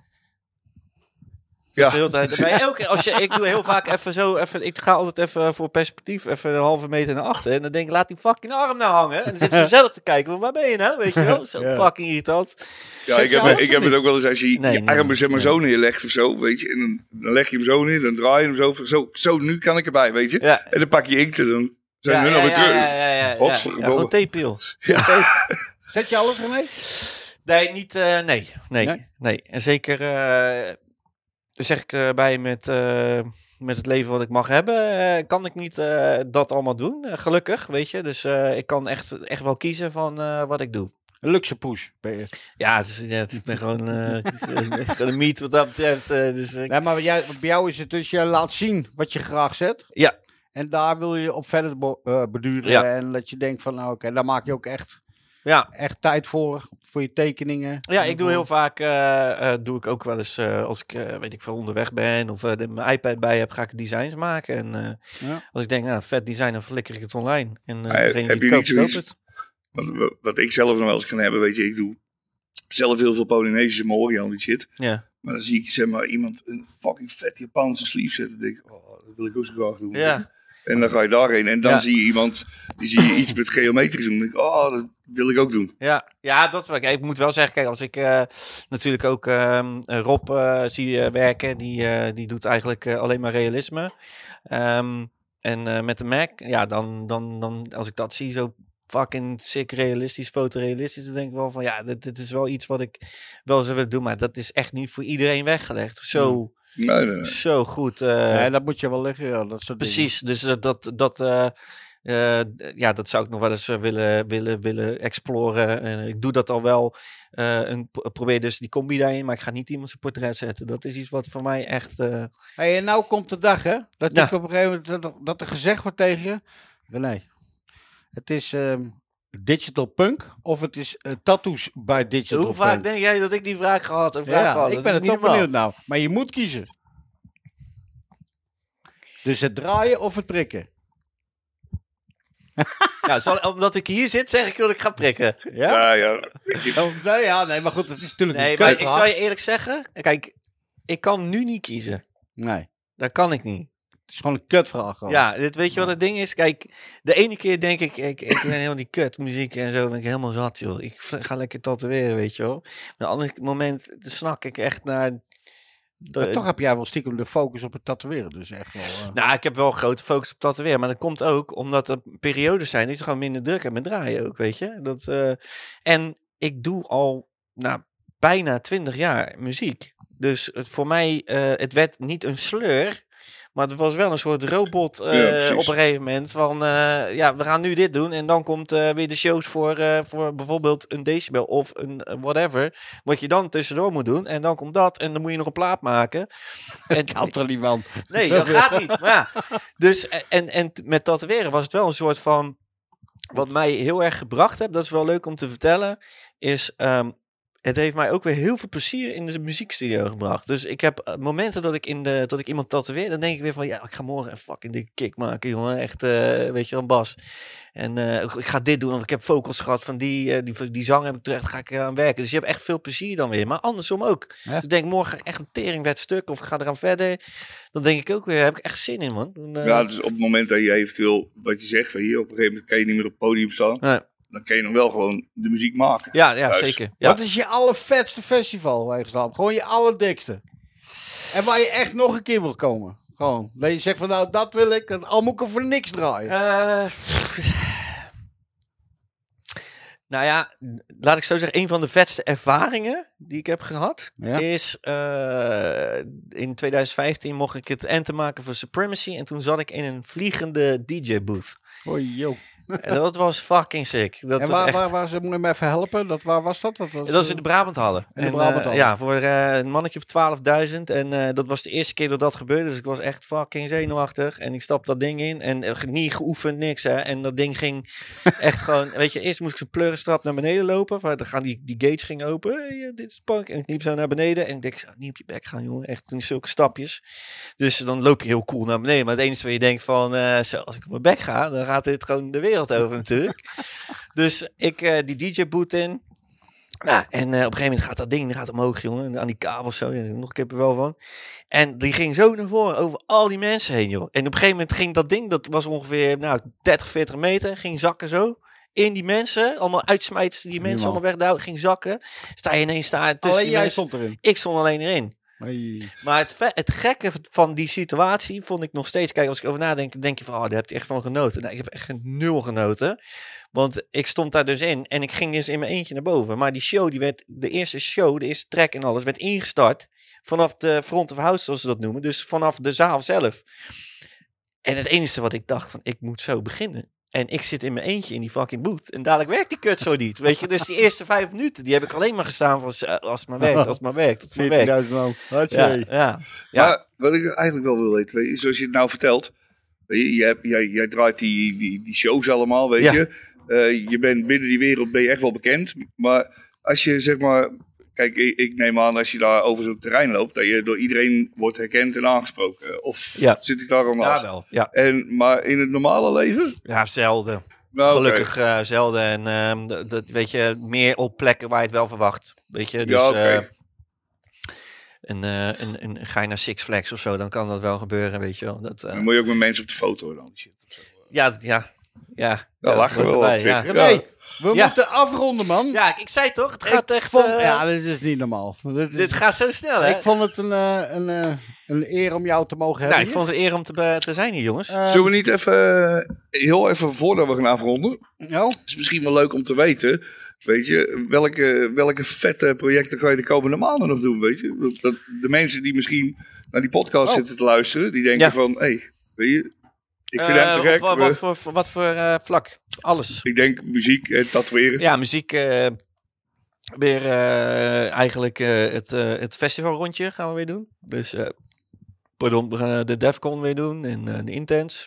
Ja. Dus de hele tijd erbij. Elke, als je, ik doe heel vaak even zo, even, ik ga altijd even voor perspectief, even een halve meter naar achter. En dan denk ik, laat die fucking arm nou hangen. En dan zitten ze zelf te kijken, waar ben je nou? Weet je wel? Zo Ja. fucking irritant. Ja, Zet ik je heb, alles ik of heb het niet? ook wel eens als je Nee, je nee, armen zeg maar nee. zo neerlegt of zo, weet je. En dan, dan leg je hem zo neer, dan draai je hem zo, van, zo. Zo, nu kan ik erbij, weet je. Ja. En dan pak je inkt en dan zijn Ja, we ja, nog weer ja, terug. ja, ja, ja, ja. Godverdomme. Ja, gewoon theepil. Ja. Zet je alles ermee? Nee, niet, eh, nee, nee, Nee? nee. En zeker, eh zeg ik erbij met, eh, met het leven wat ik mag hebben, eh, kan ik niet eh, dat allemaal doen. Eh, gelukkig, weet je. Dus eh, ik kan echt, echt wel kiezen van eh, wat ik doe. Een luxe push ben je. Ja, het is, ja, het is ben gewoon, eh gewoon een meet wat dat betreft. eh, dus, ik- Nee, maar jij, bij jou is het dus, je laat zien wat je graag zet. Ja. En daar wil je op verder bo- eh, beduren. Ja. En dat je denkt van, nou oké, daar maak je ook echt, ja. echt tijd voor. Voor je tekeningen. Ja, ik doe heel vaak, eh, eh, doe ik ook wel eens, eh, als ik, eh, weet ik veel, onderweg ben of eh, de- mijn iPad bij heb, ga ik designs maken. En eh, Ja. als ik denk, nou, vet design, dan flikker ik het online. En uh, Maar degene heb die je het niet koopt, zoiets- koopt het. Wat, wat ik zelf nog wel eens kan hebben, weet je. Ik doe zelf heel veel Polynesische Maori al die shit. Ja. Maar dan zie ik zeg maar iemand een fucking vet Japanse sleeve zetten. Dan denk ik, oh, dat wil ik ook zo graag doen. Ja. En dan ga je daarheen. En dan Ja. zie je iemand, die zie je iets met geometrisch doen. Dan denk ik, oh, dat wil ik ook doen. Ja, ja dat, kijk, ik moet wel zeggen, kijk, als ik uh, natuurlijk ook uh, Rob uh, zie uh, werken, die, uh, die doet eigenlijk uh, alleen maar realisme. Um, en uh, met de Mac, ja, dan, dan, dan als ik dat zie, zo fucking sick realistisch, fotorealistisch, dan denk ik wel van, ja, dit, dit is wel iets wat ik wel zou willen doen, maar dat is echt niet voor iedereen weggelegd. Zo, nee, nee, nee. zo goed. Uh, nee, dat moet je wel leggen, ja, dat soort precies, dingen. dus uh, dat... dat uh, Uh, ja, dat zou ik nog wel eens uh, willen, willen, willen exploren. Uh, ik doe dat al wel. Uh, een, probeer dus die combi daarin, maar ik ga niet iemand zijn portret zetten. Dat is iets wat voor mij echt... Uh... Hey, en nou komt de dag, hè? Dat, ja. ik op een gegeven moment, dat, dat er gezegd wordt tegen je... René, het is um, digital punk of het is uh, tattoos bij digital Hoe punk? Hoe vaak denk jij dat ik die vraag gehad heb? Ja, gehad? ik dat ben het het toch benieuwd nou. Maar je moet kiezen. Dus het draaien of het prikken? Ja, zal, omdat ik hier zit, zeg ik dat ik ga prikken. Ja? Ja, ja. Oh, nee, ja, nee, maar goed, het is natuurlijk Nee, een maar ik kutvraag. zal je eerlijk zeggen. Kijk, ik kan nu niet kiezen. Nee, Dat kan ik niet. het is gewoon een kutvraag. Gewoon. Ja, dit, weet je wat het ding is? Kijk, de ene keer denk ik, ik, ik ben heel die kut muziek en zo, ben ik helemaal zat, joh. Ik ga lekker tatoeëren, weet je wel. Maar op een ander moment snak ik echt naar... De, Maar toch heb jij wel stiekem de focus op het tatoeëren, dus echt wel... Uh... Nou, ik heb wel grote focus op tatoeëren, maar dat komt ook omdat er periodes zijn dat je gewoon minder druk hebt met draaien ook, weet je. Dat, uh, en ik doe al nou, bijna twintig jaar muziek. Dus het, voor mij, uh, het werd niet een sleur, maar het was wel een soort robot uh, ja, op een gegeven moment. Van, uh, ja, we gaan nu dit doen en dan komt uh, weer de shows voor, uh, voor bijvoorbeeld een decibel of een uh, whatever. Wat je dan tussendoor moet doen. En dan komt dat en dan moet je nog een plaat maken. En kan er niet van. Nee, dat gaat niet. Maar ja, dus, en, en met tatoeëren was het wel een soort van... Wat mij heel erg gebracht heeft, dat is wel leuk om te vertellen, is... Um, het heeft mij ook weer heel veel plezier in de muziekstudio gebracht. Dus ik heb uh, momenten dat ik, in de, dat ik iemand tatoeëer, dan denk ik weer van, ja, ik ga morgen een fucking dikke kick maken, jongen. Echt, uh, weet je wel, een bas. En uh, ik ga dit doen, want ik heb vocals gehad van die, uh, die, die zang heb ik terecht, ga ik aan werken. Dus je hebt echt veel plezier dan weer. Maar andersom ook. Ja. Dus ik denk, morgen echt een teringwet stuk, of ik ga eraan verder. Dan denk ik ook weer, heb ik echt zin in, man. Dan, uh... Ja, dus op het moment dat je eventueel, wat je zegt, van hier, op een gegeven moment kan je niet meer op het podium staan. Ja. Dan kun je nog wel gewoon de muziek maken. Ja, ja zeker. Ja. Wat is je allervetste festival waar je gestaan? Gewoon je allerdikste. En waar je echt nog een keer wil komen. Gewoon. Dat je zegt van nou, dat wil ik. Al moet ik er voor niks draaien. Uh, nou ja, laat ik zo zeggen. Een van de vetste ervaringen die ik heb gehad. Ja. Is uh, in twintig vijftien mocht ik het anthem maken voor Supremacy. En toen zat ik in een vliegende D J booth. Hoi joh. En dat was fucking sick. Dat en was waar, echt... waar, waar, moet je me even helpen? Dat, waar was dat? Dat was, dat is in de Brabanthallen. In de en, Brabanthallen. Uh, ja, voor uh, een mannetje of twaalfduizend. En uh, dat was de eerste keer dat dat gebeurde. Dus ik was echt fucking zenuwachtig. En ik stapte dat ding in. En uh, niet geoefend, niks. Hè. En dat ding ging echt gewoon... Weet je, eerst moest ik zo'n pleurenstrap naar beneden lopen. Waar dan gaan die, die gates ging open. Hey, uh, dit is punk. En ik liep zo naar beneden. En ik denk, niet op je bek gaan, jongen. Echt toen zulke stapjes. Dus dan loop je heel cool naar beneden. Maar het enige wat je denkt van... Uh, zo, als ik op mijn bek ga, dan gaat dit gewoon de wereld over natuurlijk. Dus ik uh, die D J boot in. Nou, en uh, op een gegeven moment gaat dat ding die gaat omhoog, jongen. Aan die kabels zo. Ja, nog een keer er wel van. En die ging zo naar voren over al die mensen heen, joh. En op een gegeven moment ging dat ding, dat was ongeveer nou, dertig, veertig meter. Ging zakken zo. In die mensen. Allemaal uitsmijters die mensen allemaal wegduwen. Ging zakken. Sta je ineens daar tussen alleen die jij mensen. stond erin. Ik stond alleen erin. Hey. Maar het, het gekke van die situatie vond ik nog steeds... Kijk, als ik over nadenk, denk je van... Oh, daar heb je echt van genoten. Nee, ik heb echt geen nul genoten. Want ik stond daar dus in en ik ging dus in mijn eentje naar boven. Maar die show, die werd... De eerste show, de eerste track en alles... werd ingestart vanaf de front of house, zoals ze dat noemen. Dus vanaf de zaal zelf. En het enige wat ik dacht van... Ik moet zo beginnen. En ik zit in mijn eentje in die fucking booth. En dadelijk werkt die kut zo niet. Weet je, dus die eerste vijf minuten, die heb ik alleen maar gestaan van als het maar werkt, als het maar werkt, als het maar werkt. veertienduizend man. Ja, ja, ja. Maar wat ik eigenlijk wel wil weten, is zoals je het nou vertelt. Weet je, jij, jij, jij draait die, die, die shows allemaal, weet Ja. je. Uh, je bent binnen die wereld ben je echt wel bekend. Maar als je zeg maar... Kijk, ik, ik neem aan als je daar over zo'n terrein loopt, dat je door iedereen wordt herkend en aangesproken. Of Ja. zit ik daar al naast? Ja, wel. Ja, En, maar in het normale leven? ja zelden. Nou, Gelukkig uh, zelden. En um, dat, dat weet je, meer op plekken waar je het wel verwacht. Weet je, dus... Ja, okay. uh, een, uh, een, een, ga je naar Six Flags of zo, dan kan dat wel gebeuren, weet je wel. Dat, uh, dan moet je ook met mensen op de foto dan. Shit. Ja, ja, ja. Daar lachen we wel erbij, op. Ja. René, Ja. we Ja. moeten afronden, man. Ja, ik zei toch, het gaat ik echt... vond, uh, ja, dit is niet normaal. Dit, is, dit gaat zo snel, hè? ik vond het een, uh, een, uh, een eer om jou te mogen hebben. Nou, ik vond het een eer om te, te zijn hier, jongens. Uh, Zullen we niet even, heel even voordat we gaan afronden? nou, Het is misschien wel leuk om te weten. Weet je, welke, welke vette projecten ga je de komende maanden nog doen, weet je? Dat de mensen die misschien naar die podcast Oh. zitten te luisteren, die denken Ja. van, hé, hey, weet je, ik vind Uh, hem te gek. op, wat, we- wat voor, voor- wat voor uh, vlak? Alles. Ik denk muziek en tatoeëren. Ja, muziek. Uh, weer uh, eigenlijk uh, het, uh, het festivalrondje gaan we weer doen. Dus, uh, pardon, we gaan de Defcon weer doen en uh, de Intense.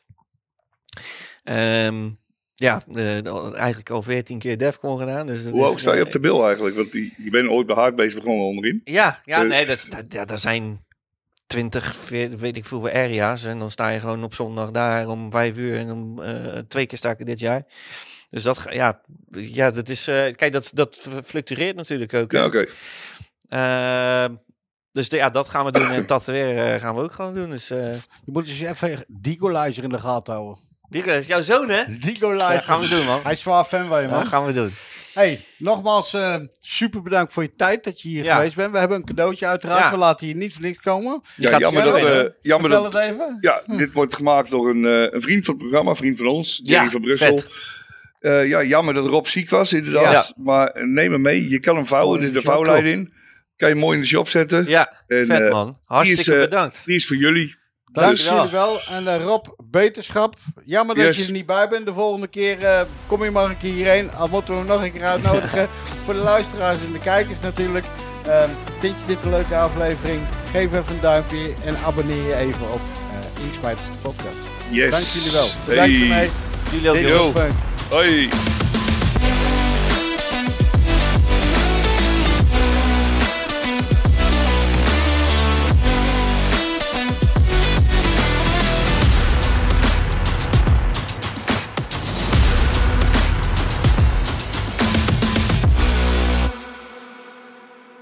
Um, ja, uh, eigenlijk al veertien keer Defcon gedaan. Dus dat Hoe is, hoog sta je uh, op de bil eigenlijk? Want die, je bent ooit bij Hardbase begonnen onderin. Ja, ja Uh, nee, dat, is- dat, ja, dat zijn twintig, veertig, weet ik hoeveel area's. En dan sta je gewoon op zondag daar om vijf uur. En om uh, twee keer sta ik er dit jaar. Dus dat, ga- ja, ja, dat is, uh, kijk, dat, dat fluctueert natuurlijk ook. hè. Ja, oké. Uh, dus de, ja, dat gaan we doen. En tatoeëren uh, gaan we ook gewoon doen. Dus uh, je moet dus even Digolizer in de gaten houden. die is jouw zoon, hè? Digolizer. Ja, gaan we doen, man. Hij is zwaar fan van je, man. Ja, gaan we doen. Hey, nogmaals uh, super bedankt voor je tijd dat je hier Ja. geweest bent. We hebben een cadeautje uiteraard. Ja. We laten je niet voor niks komen. Je Ja, gaat jammer het dat, zelf eh, weten. jammer Vertel dat, het even. ja, dit wordt gemaakt door een, eh, een vriend van het programma, een vriend van ons, Jerry Ja, van Brussel. Uh, ja, jammer dat Rob ziek was, inderdaad. Maar neem hem mee. Je kan hem vouwen. Er is de Shop. vouwlijn in. Kan je mooi in de shop zetten. Ja, En, vet eh, man. Hartstikke die is, uh, bedankt. Die is voor jullie. Dank Dus- jullie wel. En uh, Rob, beterschap. Jammer dat Yes. je er niet bij bent. De volgende keer uh, kom je maar een keer hierheen. Al moeten we hem nog een keer uitnodigen. Voor de luisteraars en de kijkers natuurlijk. Um, vind je dit een leuke aflevering? Geef even een duimpje en abonneer je even op uh, Inksmijters de podcast. Yes. Dank jullie wel. Bedankt Hey. ermee. Jullie ook, Dit jongens. was Funk. Hoi.